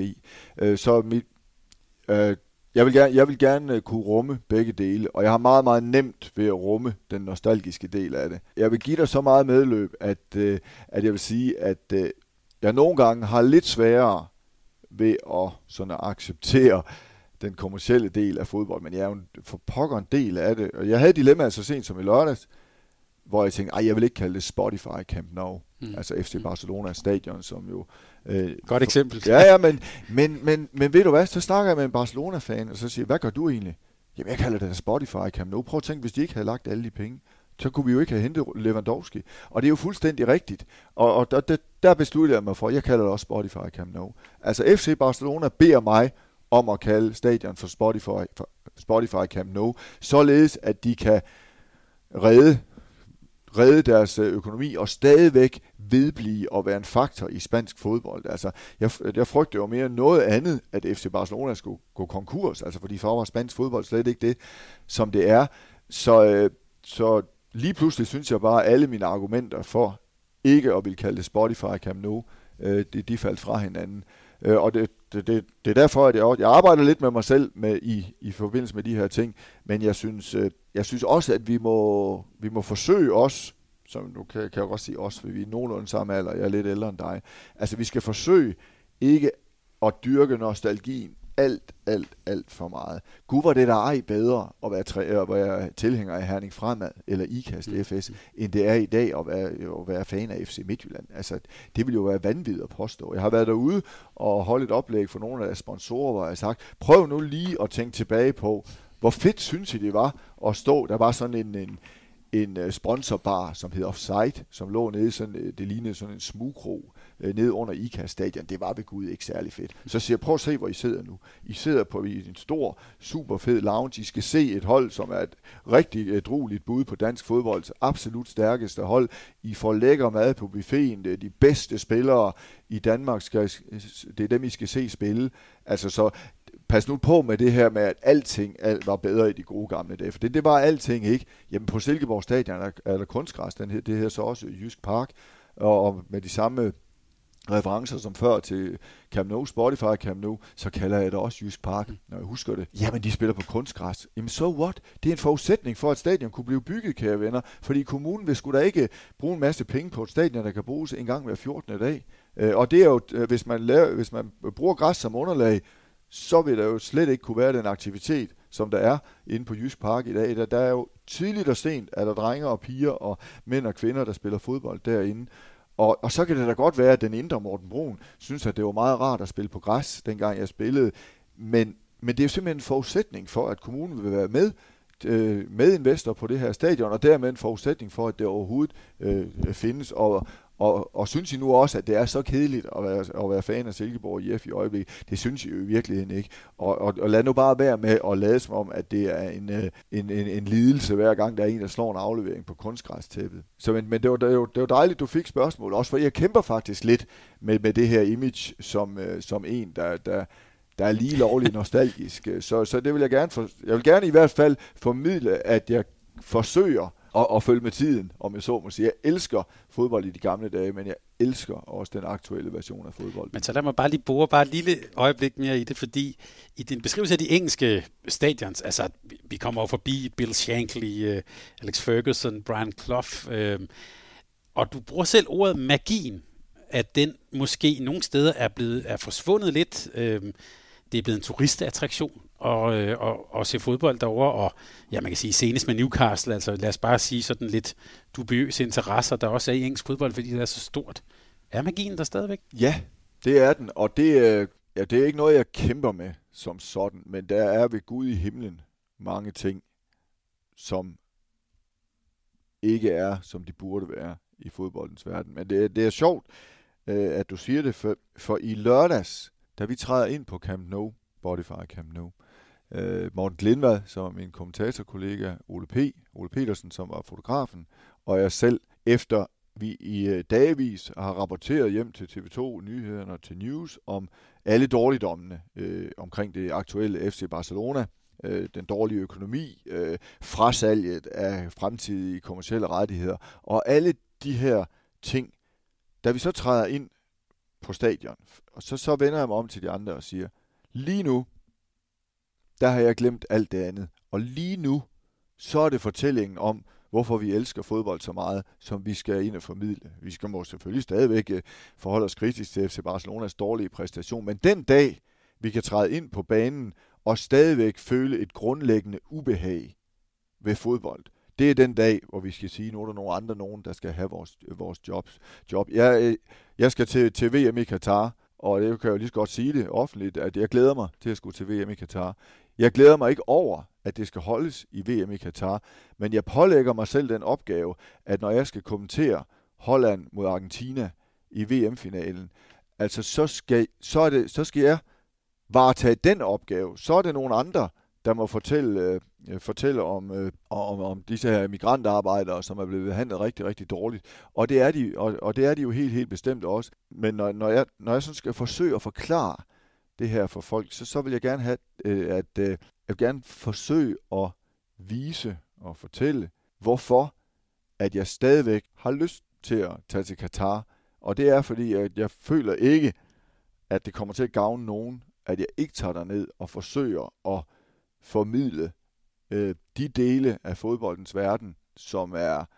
Jeg vil gerne kunne rumme begge dele, og jeg har meget, meget nemt ved at rumme den nostalgiske del af det. Jeg vil give dig så meget medløb, at jeg vil sige, at jeg nogle gange har lidt sværere ved at sådan at acceptere den kommercielle del af fodbold, men jeg er jo for pokker en del af det. Og jeg havde dilemmaet så sent som i lørdags, hvor jeg tænkte, jeg vil ikke kalde det Spotify Camp Nou. Altså FC Barcelona stadion, som jo... Godt eksempel. Ja, men ved du hvad, så snakker jeg med en Barcelona-fan, og så siger jeg, hvad gør du egentlig? Jamen, jeg kalder det Spotify Camp Nou. Prøv at tænke, hvis de ikke havde lagt alle de penge, så kunne vi jo ikke have hentet Lewandowski. Og det er jo fuldstændig rigtigt. Og der besluttede jeg mig for, jeg kalder det også Spotify Camp Nou. Altså FC Barcelona beder mig om at kalde stadion for Spotify Camp Nou, således at de kan redde deres økonomi og stadigvæk vedblive og være en faktor i spansk fodbold. Altså, jeg frygter jo mere noget andet, at FC Barcelona skulle gå konkurs, altså fordi for var spansk fodbold slet ikke det, som det er. Så lige pludselig synes jeg bare, at alle mine argumenter for ikke at ville kalde det Spotify Camp Nou, de faldt fra hinanden. Og det er derfor, at jeg arbejder lidt med mig selv i forbindelse med de her ting, men jeg synes også, at vi må forsøge os, som nu kan jeg også sige os, for vi er nogenlunde samme alder, jeg er lidt ældre end dig. Altså vi skal forsøge ikke at dyrke nostalgien alt for meget. Gud, var det der ej bedre at være tilhænger af Herning Fremad eller IKAST FS, end det er i dag at være fan af FC Midtjylland. Altså, det vil jo være vanvittigt at påstå. Jeg har været derude og holdt et oplæg for nogle af deres sponsorer, hvor jeg har sagt, prøv nu lige at tænke tilbage på, hvor fedt synes I det var at stå, der var sådan en sponsorbar, som hed Offside, som lå nede sådan, det lignede sådan en smugkrog, nede under IKAST stadion. Det var ved Gud ikke særlig fedt. Så siger jeg, prøv at se, hvor I sidder nu. I sidder på en stor, super fed lounge. I skal se et hold, som er et rigtig ædrueligt bud på dansk fodbolds absolut stærkeste hold. I får lækker mad på buffeten. Det er de bedste spillere i Danmark. Det er dem, I skal se spille. Altså så pas nu på med det her med, at alt var bedre i de gode gamle dage. For det var alting ikke. Jamen på Silkeborg Stadion er der kunstgræs. Det her så også Jysk Park. Og med de samme referencer som før til Camp Nou, Spotify Camp Nou, så kalder jeg det også Jysk Park, når jeg husker det. Jamen, de spiller på kunstgræs. Jamen, so what? Det er en forudsætning for, at stadion kunne blive bygget, kære venner. Fordi kommunen vil sgu da ikke bruge en masse penge på et stadion, der kan bruges en gang hver 14. dag. Og det er jo, hvis man bruger græs som underlag, så vil der jo slet ikke kunne være den aktivitet, som der er inde på Jysk Park i dag. Der er jo tidligt og sent, at der drenge og piger og mænd og kvinder, der spiller fodbold derinde. Og så kan det da godt være, at den indre Morten Brun synes, at det var meget rart at spille på græs, dengang jeg spillede. Men det er jo simpelthen en forudsætning for, at kommunen vil være med investor på det her stadion, og dermed en forudsætning for, at det overhovedet findes. Og synes I nu også, at det er så kedeligt at være fan af Silkeborg IF i øjeblikket? Det synes I jo i virkeligheden ikke. Og lad nu bare være med at lade som om, at det er en lidelse hver gang, der er en, der slår en aflevering på kunstgræstæppet. Men det var dejligt, du fik spørgsmål. Også for jeg kæmper faktisk lidt med det her image som en, der er lige lovligt nostalgisk. Så det vil jeg gerne jeg vil gerne i hvert fald formidle, at jeg forsøger at følge med tiden, om jeg så må sige. Jeg elsker fodbold i de gamle dage, men jeg elsker også den aktuelle version af fodbold. Men så lad mig bare lige bore et lille øjeblik mere i det, fordi i din beskrivelse af de engelske stadions, altså vi kommer over forbi Bill Shankly, Alex Ferguson, Brian Clough, og du bruger selv ordet magien, at den måske nogle steder er forsvundet lidt. Det er blevet en turistattraktion og se fodbold derovre, og ja, man kan sige senest med Newcastle, altså lad os bare sige sådan lidt dubiøse interesser, der også er i engelsk fodbold, fordi det er så stort. Er magien der stadigvæk? Ja, det er den, og det er ikke noget, jeg kæmper med som sådan, men der er ved Gud i himlen mange ting, som ikke er, som de burde være i fodboldens verden. Men det er sjovt, at du siger det, for i lørdags, da vi træder ind på Camp Nou, Spotify Camp Nou, Morten Glindvad, som er min kommentatorkollega, Ole Petersen, som var fotografen, og jeg selv, efter vi i dagevis har rapporteret hjem til TV2 Nyhederne og til News om alle dårligdommene omkring det aktuelle FC Barcelona, den dårlige økonomi, frasalget af fremtidige kommercielle rettigheder, og alle de her ting, da vi så træder ind på stadion, og så vender jeg mig om til de andre og siger, lige nu, der har jeg glemt alt det andet, og lige nu, så er det fortællingen om, hvorfor vi elsker fodbold så meget, som vi skal ind og formidle. Vi skal må selvfølgelig stadigvæk forholde os kritisk til FC Barcelonas dårlige præstation, men den dag, vi kan træde ind på banen og stadigvæk føle et grundlæggende ubehag ved fodbold, det er den dag, hvor vi skal sige, nu er der nogen, der skal have vores job. Jeg skal til VM i Katar, og det kan jeg jo lige så godt sige det offentligt, at jeg glæder mig til at skulle til VM i Katar. Jeg glæder mig ikke over, at det skal holdes i VM i Katar, men jeg pålægger mig selv den opgave, at når jeg skal kommentere Holland mod Argentina i VM-finalen, altså så skal jeg varetage den opgave. Så er det nogle andre, der må fortælle om disse her migrantarbejdere, som er blevet behandlet rigtig, rigtig dårligt. Og det er de jo helt bestemt også. Men når jeg sådan skal forsøge at forklare det her for folk, så vil jeg gerne have, at jeg vil gerne forsøge at vise og fortælle, hvorfor at jeg stadigvæk har lyst til at tage til Katar. Og det er fordi, at jeg føler ikke, at det kommer til at gavne nogen, at jeg ikke tager derned og forsøger at formidle de dele af fodboldens verden, som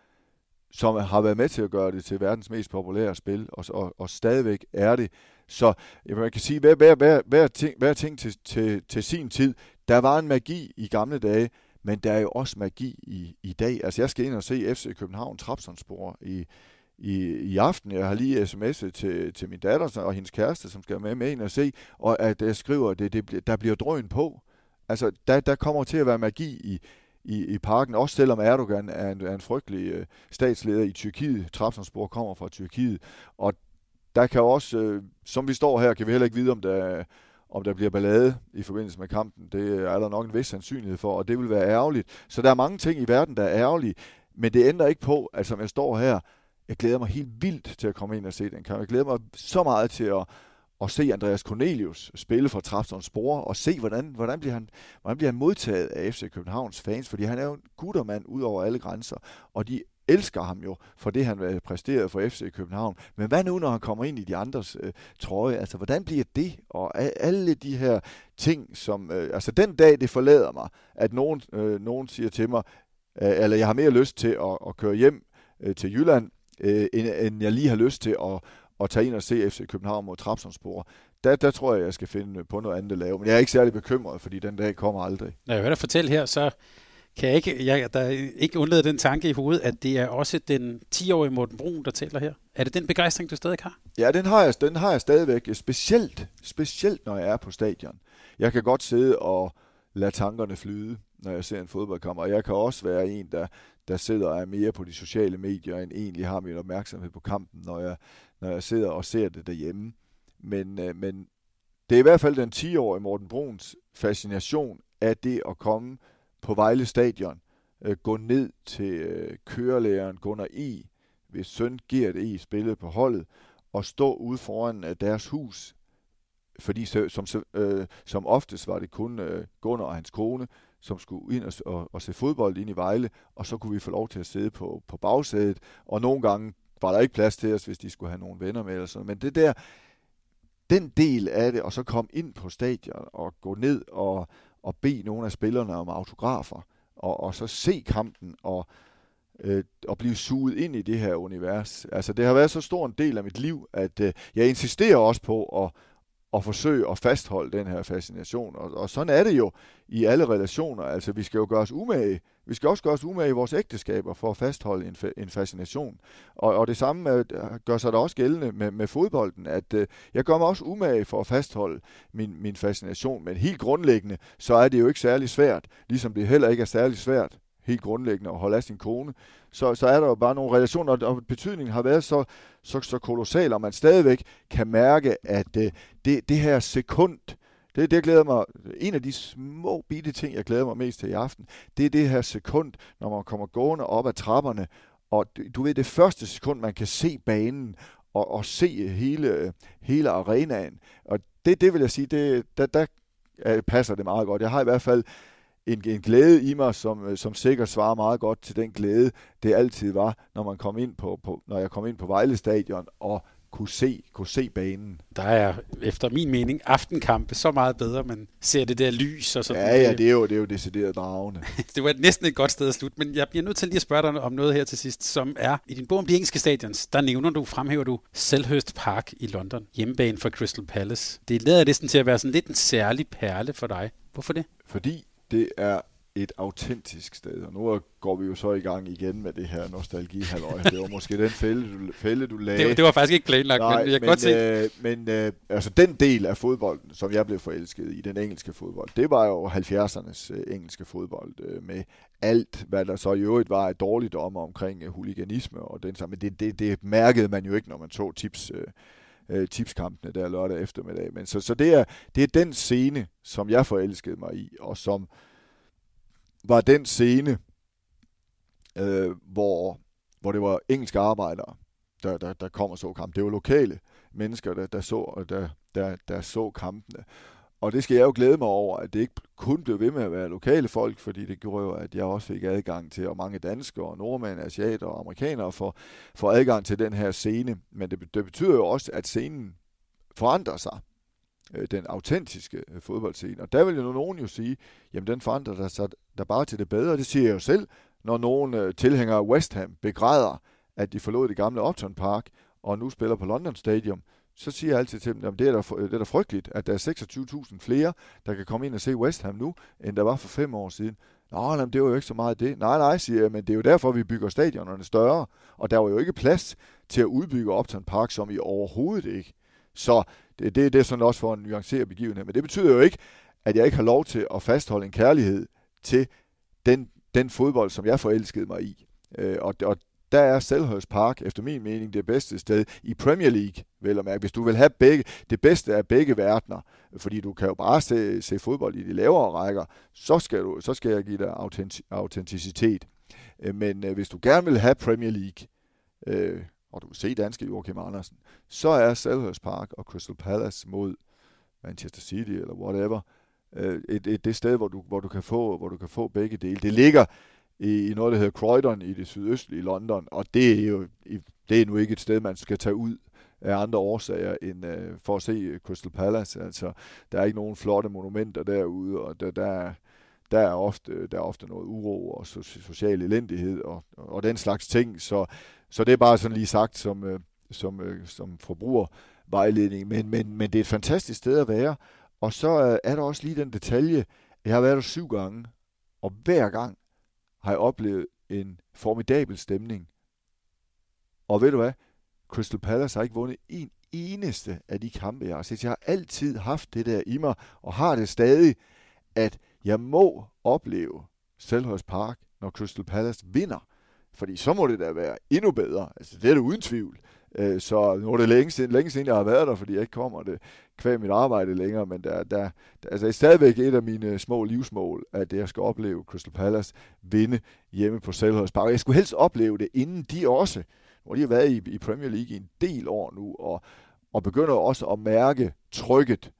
har været med til at gøre det til verdens mest populære spil, og stadigvæk er det. Så man kan sige, hver ting til sin tid. Der var en magi i gamle dage, men der er jo også magi i dag. Altså jeg skal ind og se FC København Trabzonspor i aften. Jeg har lige sms'et til min datter og hendes kæreste, som skal med ind og se, og at jeg skriver, der bliver drøn på. Altså der kommer til at være magi i parken, også selvom Erdogan er en frygtelig statsleder i Tyrkiet. Trabzonspor kommer fra Tyrkiet, og der kan også, som vi står her, kan vi heller ikke vide, om der bliver ballade i forbindelse med kampen. Det er der nok en vis sandsynlighed for, og det vil være ærgerligt. Så der er mange ting i verden, der er ærgerlige, men det ændrer ikke på, at som jeg står her, jeg glæder mig helt vildt til at komme ind og se den kamp. Jeg glæder mig så meget til at se Andreas Cornelius spille for Trabzonspor, og se, hvordan bliver han modtaget af FC Københavns fans, fordi han er jo en guttermand ud over alle grænser, og de elsker ham jo for det, han præsterede for FC København. Men hvad nu, når han kommer ind i de andres trøje? Altså, hvordan bliver det? Og alle de her ting, som... altså, den dag, det forlader mig, at nogen siger til mig, eller jeg har mere lyst til at køre hjem til Jylland, end jeg lige har lyst til at tage ind og se FC København mod Trabzonspor. Der tror jeg skal finde på noget andet at lave. Men jeg er ikke særlig bekymret, fordi den dag kommer aldrig. Når jeg hører dig fortælle her, så kan jeg ikke undlade den tanke i hovedet, at det er også den 10-årige Morten Bruun, der taler her. Er det den begejstring, du stadig har? Ja, den har jeg stadigvæk. Specielt når jeg er på stadion. Jeg kan godt sidde og lade tankerne flyde, når jeg ser en fodboldkamp. Og jeg kan også være en, der sidder og er mere på de sociale medier, end egentlig har min opmærksomhed på kampen, når jeg sidder og ser det derhjemme. Men det er i hvert fald den 10-årige Morten Bruuns fascination af det at komme på Vejle Stadion, gå ned til kørelæreren Gunnar E., hvis søn Gert E. spillede på holdet, og stå ude foran deres hus, fordi som oftest var det kun Gunnar og hans kone, som skulle ind og se fodbold ind i Vejle, og så kunne vi få lov til at sidde på bagsædet, og nogle gange var der ikke plads til os, hvis de skulle have nogle venner med eller sådan. Men det der, den del af det, og så komme ind på stadion og gå ned og bede nogle af spillerne om autografer, og så se kampen og blive suget ind i det her univers. Altså det har været så stor en del af mit liv, at jeg insisterer også på at forsøge at fastholde den her fascination. Og sådan er det jo i alle relationer. Altså vi skal jo gøre os umage. Vi skal også gøre os umage i vores ægteskaber for at fastholde en fascination. Og det samme gør sig da også gældende med fodbolden, at jeg gør mig også umage for at fastholde min fascination. Men helt grundlæggende, så er det jo ikke særlig svært, ligesom det heller ikke er særlig svært helt grundlæggende at holde af sin kone, så er der jo bare nogle relationer, og betydningen har været så kolossal, og man stadigvæk kan mærke, at det her sekund, det glæder mig, en af de små bitte ting, jeg glæder mig mest til i aften, det er det her sekund, når man kommer gående op ad trapperne, Og du ved, det første sekund, man kan se banen og se hele arenaen. Og det vil jeg sige, der passer det meget godt. Jeg har i hvert fald en glæde i mig, som sikkert svarer meget godt til den glæde, det altid var, når jeg kom ind på Vejle Stadion og kunne se banen. Der er efter min mening aftenkampe så meget bedre, man ser det der lys og sådan. Ja, det er jo decideret dragende. Det var næsten et godt sted at slutte, men jeg bliver nødt til lige at spørge dig om noget her til sidst, som er i din bog om de engelske stadions, der fremhæver du Selhurst Park i London, hjemmebane for Crystal Palace. Det lader næsten til at være sådan lidt en særlig perle for dig. Hvorfor det? Fordi det er et autentisk sted, og nu går vi jo så i gang igen med det her nostalgi-halløj. Det var måske den fælde, du lagde. Det var faktisk ikke planlagt, nej, men jeg kan godt se. Men altså den del af fodbolden, som jeg blev forelsket i, den engelske fodbold, det var jo 70'ernes engelske fodbold, med alt, hvad der så i øvrigt var et dårligt omkring huliganisme og den samme. Men det mærkede man jo ikke, når man så tipskampene der lørdag eftermiddag. Men så det er den scene, som jeg forelskede mig i, og som var den scene, hvor det var engelske arbejdere, der kom og så kampen. Det var lokale mennesker, der så kampene. Og det skal jeg jo glæde mig over, at det ikke kun blev ved med at være lokale folk, fordi det gjorde jo, at jeg også fik adgang til, og mange danskere, nordmænd, asiater og amerikanere får adgang til den her scene. Men det betyder jo også, at scenen forandrer sig. Den autentiske fodboldscene. Og der vil jo nogen jo sige, jamen den forandrer sig der bare til det bedre. Det siger jeg jo selv, når nogen tilhængere af West Ham begræder, at de forlod det gamle Upton Park, og nu spiller på London Stadium, så siger jeg altid til dem, at det er da frygteligt, at der er 26.000 flere, der kan komme ind og se West Ham nu, end der var for 5 år siden. Nå, det var jo ikke så meget det. Nej, siger jeg, men det er jo derfor, vi bygger stadionerne større, og der var jo ikke plads til at udbygge Upton Park, som i overhovedet ikke. Så det er sådan også for en nuanceret begivenhed. Men det betyder jo ikke, at jeg ikke har lov til at fastholde en kærlighed til den fodbold, som jeg forelskede mig i. Og der er Selhurst Park, efter min mening, det bedste sted i Premier League, vel at mærke. Hvis du vil have det bedste af begge verdener, fordi du kan jo bare se fodbold i de lavere rækker, så skal jeg give dig autenticitet. Men hvis du gerne vil have Premier League, og du vil se danske Joachim Andersen, så er Selhurst Park og Crystal Palace mod Manchester City eller whatever det sted, hvor du kan få begge dele. Det ligger i noget, der hedder Croydon i det sydøstlige London, og det er nu ikke et sted, man skal tage ud af andre årsager end for at se Crystal Palace. Altså, der er ikke nogen flotte monumenter derude, og der er ofte noget uro og social elendighed og den slags ting, så det er bare sådan lige sagt som forbrugervejledning, men det er et fantastisk sted at være, og så er der også lige den detalje, jeg har været der 7 gange, og hver gang har jeg oplevet en formidabel stemning. Og ved du hvad? Crystal Palace har ikke vundet en eneste af de kampe, jeg har set. Jeg har altid haft det der i mig, og har det stadig, at jeg må opleve Selhurst Park, når Crystal Palace vinder. Fordi så må det da være endnu bedre. Altså, det er det uden tvivl. Så nu er det længe siden, jeg har været der, fordi jeg ikke kommer det kvæg mit arbejde længere, men altså, det er stadigvæk et af mine små livsmål, at jeg skal opleve Crystal Palace vinde hjemme på Selhurst Park. Jeg skulle helst opleve det, inden de også, hvor de har været i Premier League i en del år nu, og begynder også at mærke trykket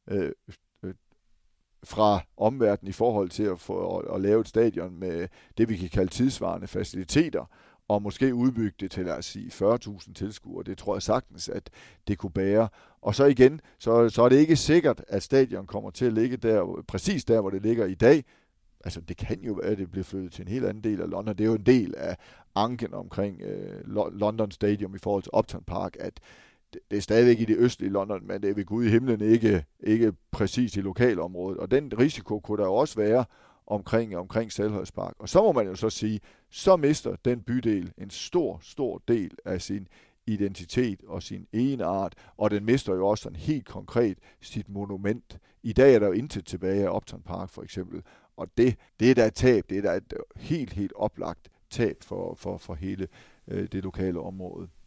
fra omverdenen i forhold til at lave et stadion med det, vi kan kalde tidsvarende faciliteter, og måske udbygge det til, lad os sige, 40.000 tilskuere. Det tror jeg sagtens, at det kunne bære. Og så igen, så er det ikke sikkert, at stadion kommer til at ligge der, præcis der, hvor det ligger i dag. Altså, det kan jo være, at det bliver flyttet til en helt anden del af London. Det er jo en del af anken omkring London Stadium i forhold til Upton Park, at det er stadigvæk i det østlige London, men det er ved Gud i himlen ikke præcis i lokalområdet. Og den risiko kunne der jo også være omkring Selhurst Park. Og så må man jo så sige, så mister den bydel en stor del af sin identitet og sin egenart, og den mister jo også sådan helt konkret sit monument. I dag er der jo intet tilbage af Upton Park for eksempel, og det er da et tab, det er da et helt oplagt tab for hele det lokale område.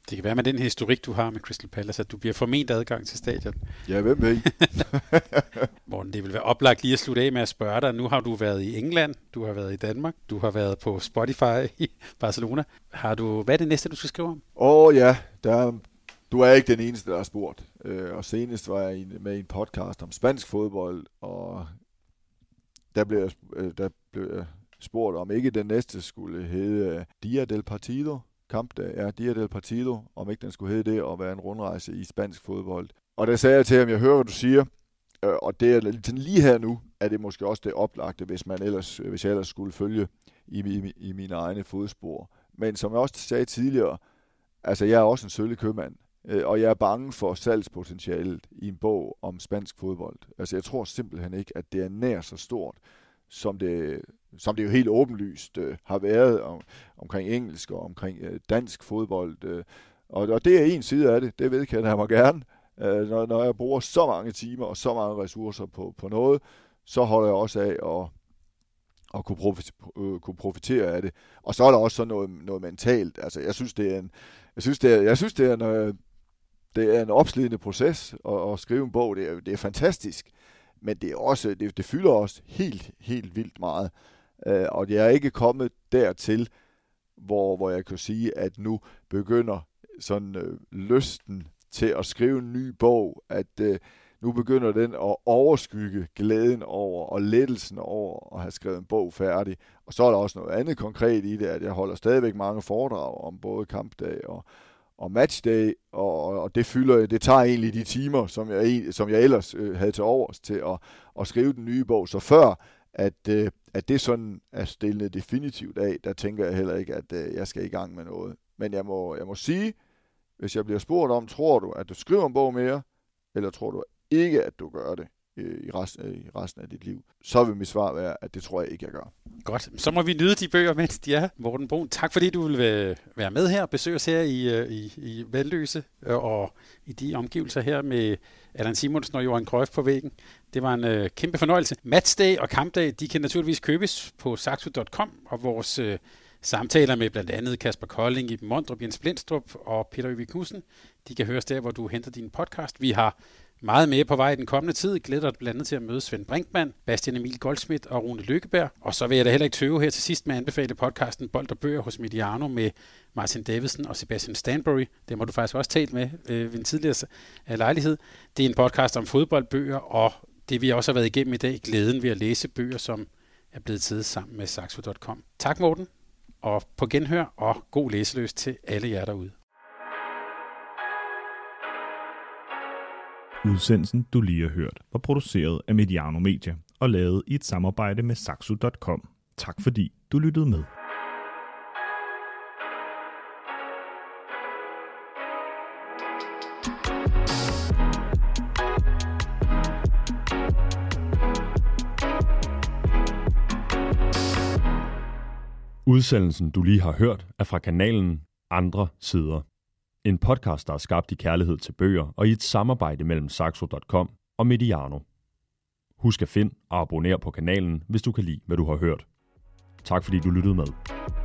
Det kan være med den historik, du har med Crystal Palace, at du bliver forment adgang til stadion. Ja, hvem ved? Morten, det vil være oplagt lige at slutte af med at spørge dig. Nu har du været i England, du har været i Danmark, du har været på Spotify i Barcelona. Hvad er det næste, du skal skrive om? Ja, du er ikke den eneste, der har spurgt. Og senest var jeg med i en podcast om spansk fodbold, og der blev jeg spurgt, om ikke den næste skulle hedde Dia del Partido. Kampdag er Dia del Partido, om ikke den skulle hedde det, og være en rundrejse i spansk fodbold. Og der sagde jeg til ham, jeg hører, hvad du siger, og det er lige her nu, er det måske også det oplagte, hvis jeg ellers skulle følge i mine egne fodspor. Men som jeg også sagde tidligere, altså jeg er også en sølle købmand, og jeg er bange for salgspotentialet i en bog om spansk fodbold. Altså jeg tror simpelthen ikke, at det er nær så stort, som det jo helt åbenlyst har været omkring engelsk og omkring dansk fodbold. Og det er en side af det, det vedkender jeg mig gerne. Når jeg bruger så mange timer og så mange ressourcer på noget, så holder jeg også af at kunne profitere af det. Og så er der også sådan noget mentalt. Altså jeg synes det er en opslidende proces at skrive en bog. Det er fantastisk. Men det er også, det fylder også helt vildt meget. Og jeg er ikke kommet dertil, hvor jeg kan sige, at nu begynder sådan lysten til at skrive en ny bog, at nu begynder den at overskygge glæden over og lettelsen over at have skrevet en bog færdig. Og så er der også noget andet konkret i det, at jeg holder stadigvæk mange foredrag om både kampdag og matchday, og det tager egentlig de timer, som jeg ellers havde til overs til at skrive den nye bog. Så før at det sådan er stillet definitivt af, der tænker jeg heller ikke, at jeg skal i gang med noget. Men jeg må sige, hvis jeg bliver spurgt om, tror du, at du skriver en bog mere, eller tror du ikke, at du gør det i resten af dit liv, så vil mit svar være, at det tror jeg ikke, jeg gør. Godt, så må vi nyde de bøger, mens de er. Morten Bruun, tak fordi du vil være med her, besøge os her i Vanløse og i de omgivelser her med Allan Simonsen og Johan Cruyff på væggen. Det var en kæmpe fornøjelse. Matchday og kampdag, de kan naturligvis købes på saxo.com, og vores samtaler med blandt andet Kasper Kolding, Iben Mondrup, Jens Blendstrup og Peter Øvig Knudsen, de kan høres der, hvor du henter din podcast. Vi har meget mere på vej i den kommende tid. Glæder dig blandt andet til at møde Svend Brinkmann, Bastian Emil Goldschmidt og Rune Lykkeberg. Og så vil jeg da heller ikke tøve her til sidst med at anbefale podcasten Bold og Bøger hos Mediano med Martin Davidsen og Sebastian Stanbury. Det må du faktisk også talt med ved en tidligere lejlighed. Det er en podcast om fodboldbøger, og det vi også har været igennem i dag, glæden ved at læse bøger, som er blevet tidligt sammen med saxo.com. Tak Morten, og på genhør, og god læseløs til alle jer derude. Udsendelsen, du lige har hørt, var produceret af Mediano Media og lavet i et samarbejde med saxo.com. Tak fordi du lyttede med. Udsendelsen, du lige har hørt, er fra kanalen Andre Sider. En podcast, der er skabt i kærlighed til bøger og i et samarbejde mellem saxo.com og Mediano. Husk at finde og abonnere på kanalen, hvis du kan lide, hvad du har hørt. Tak fordi du lyttede med.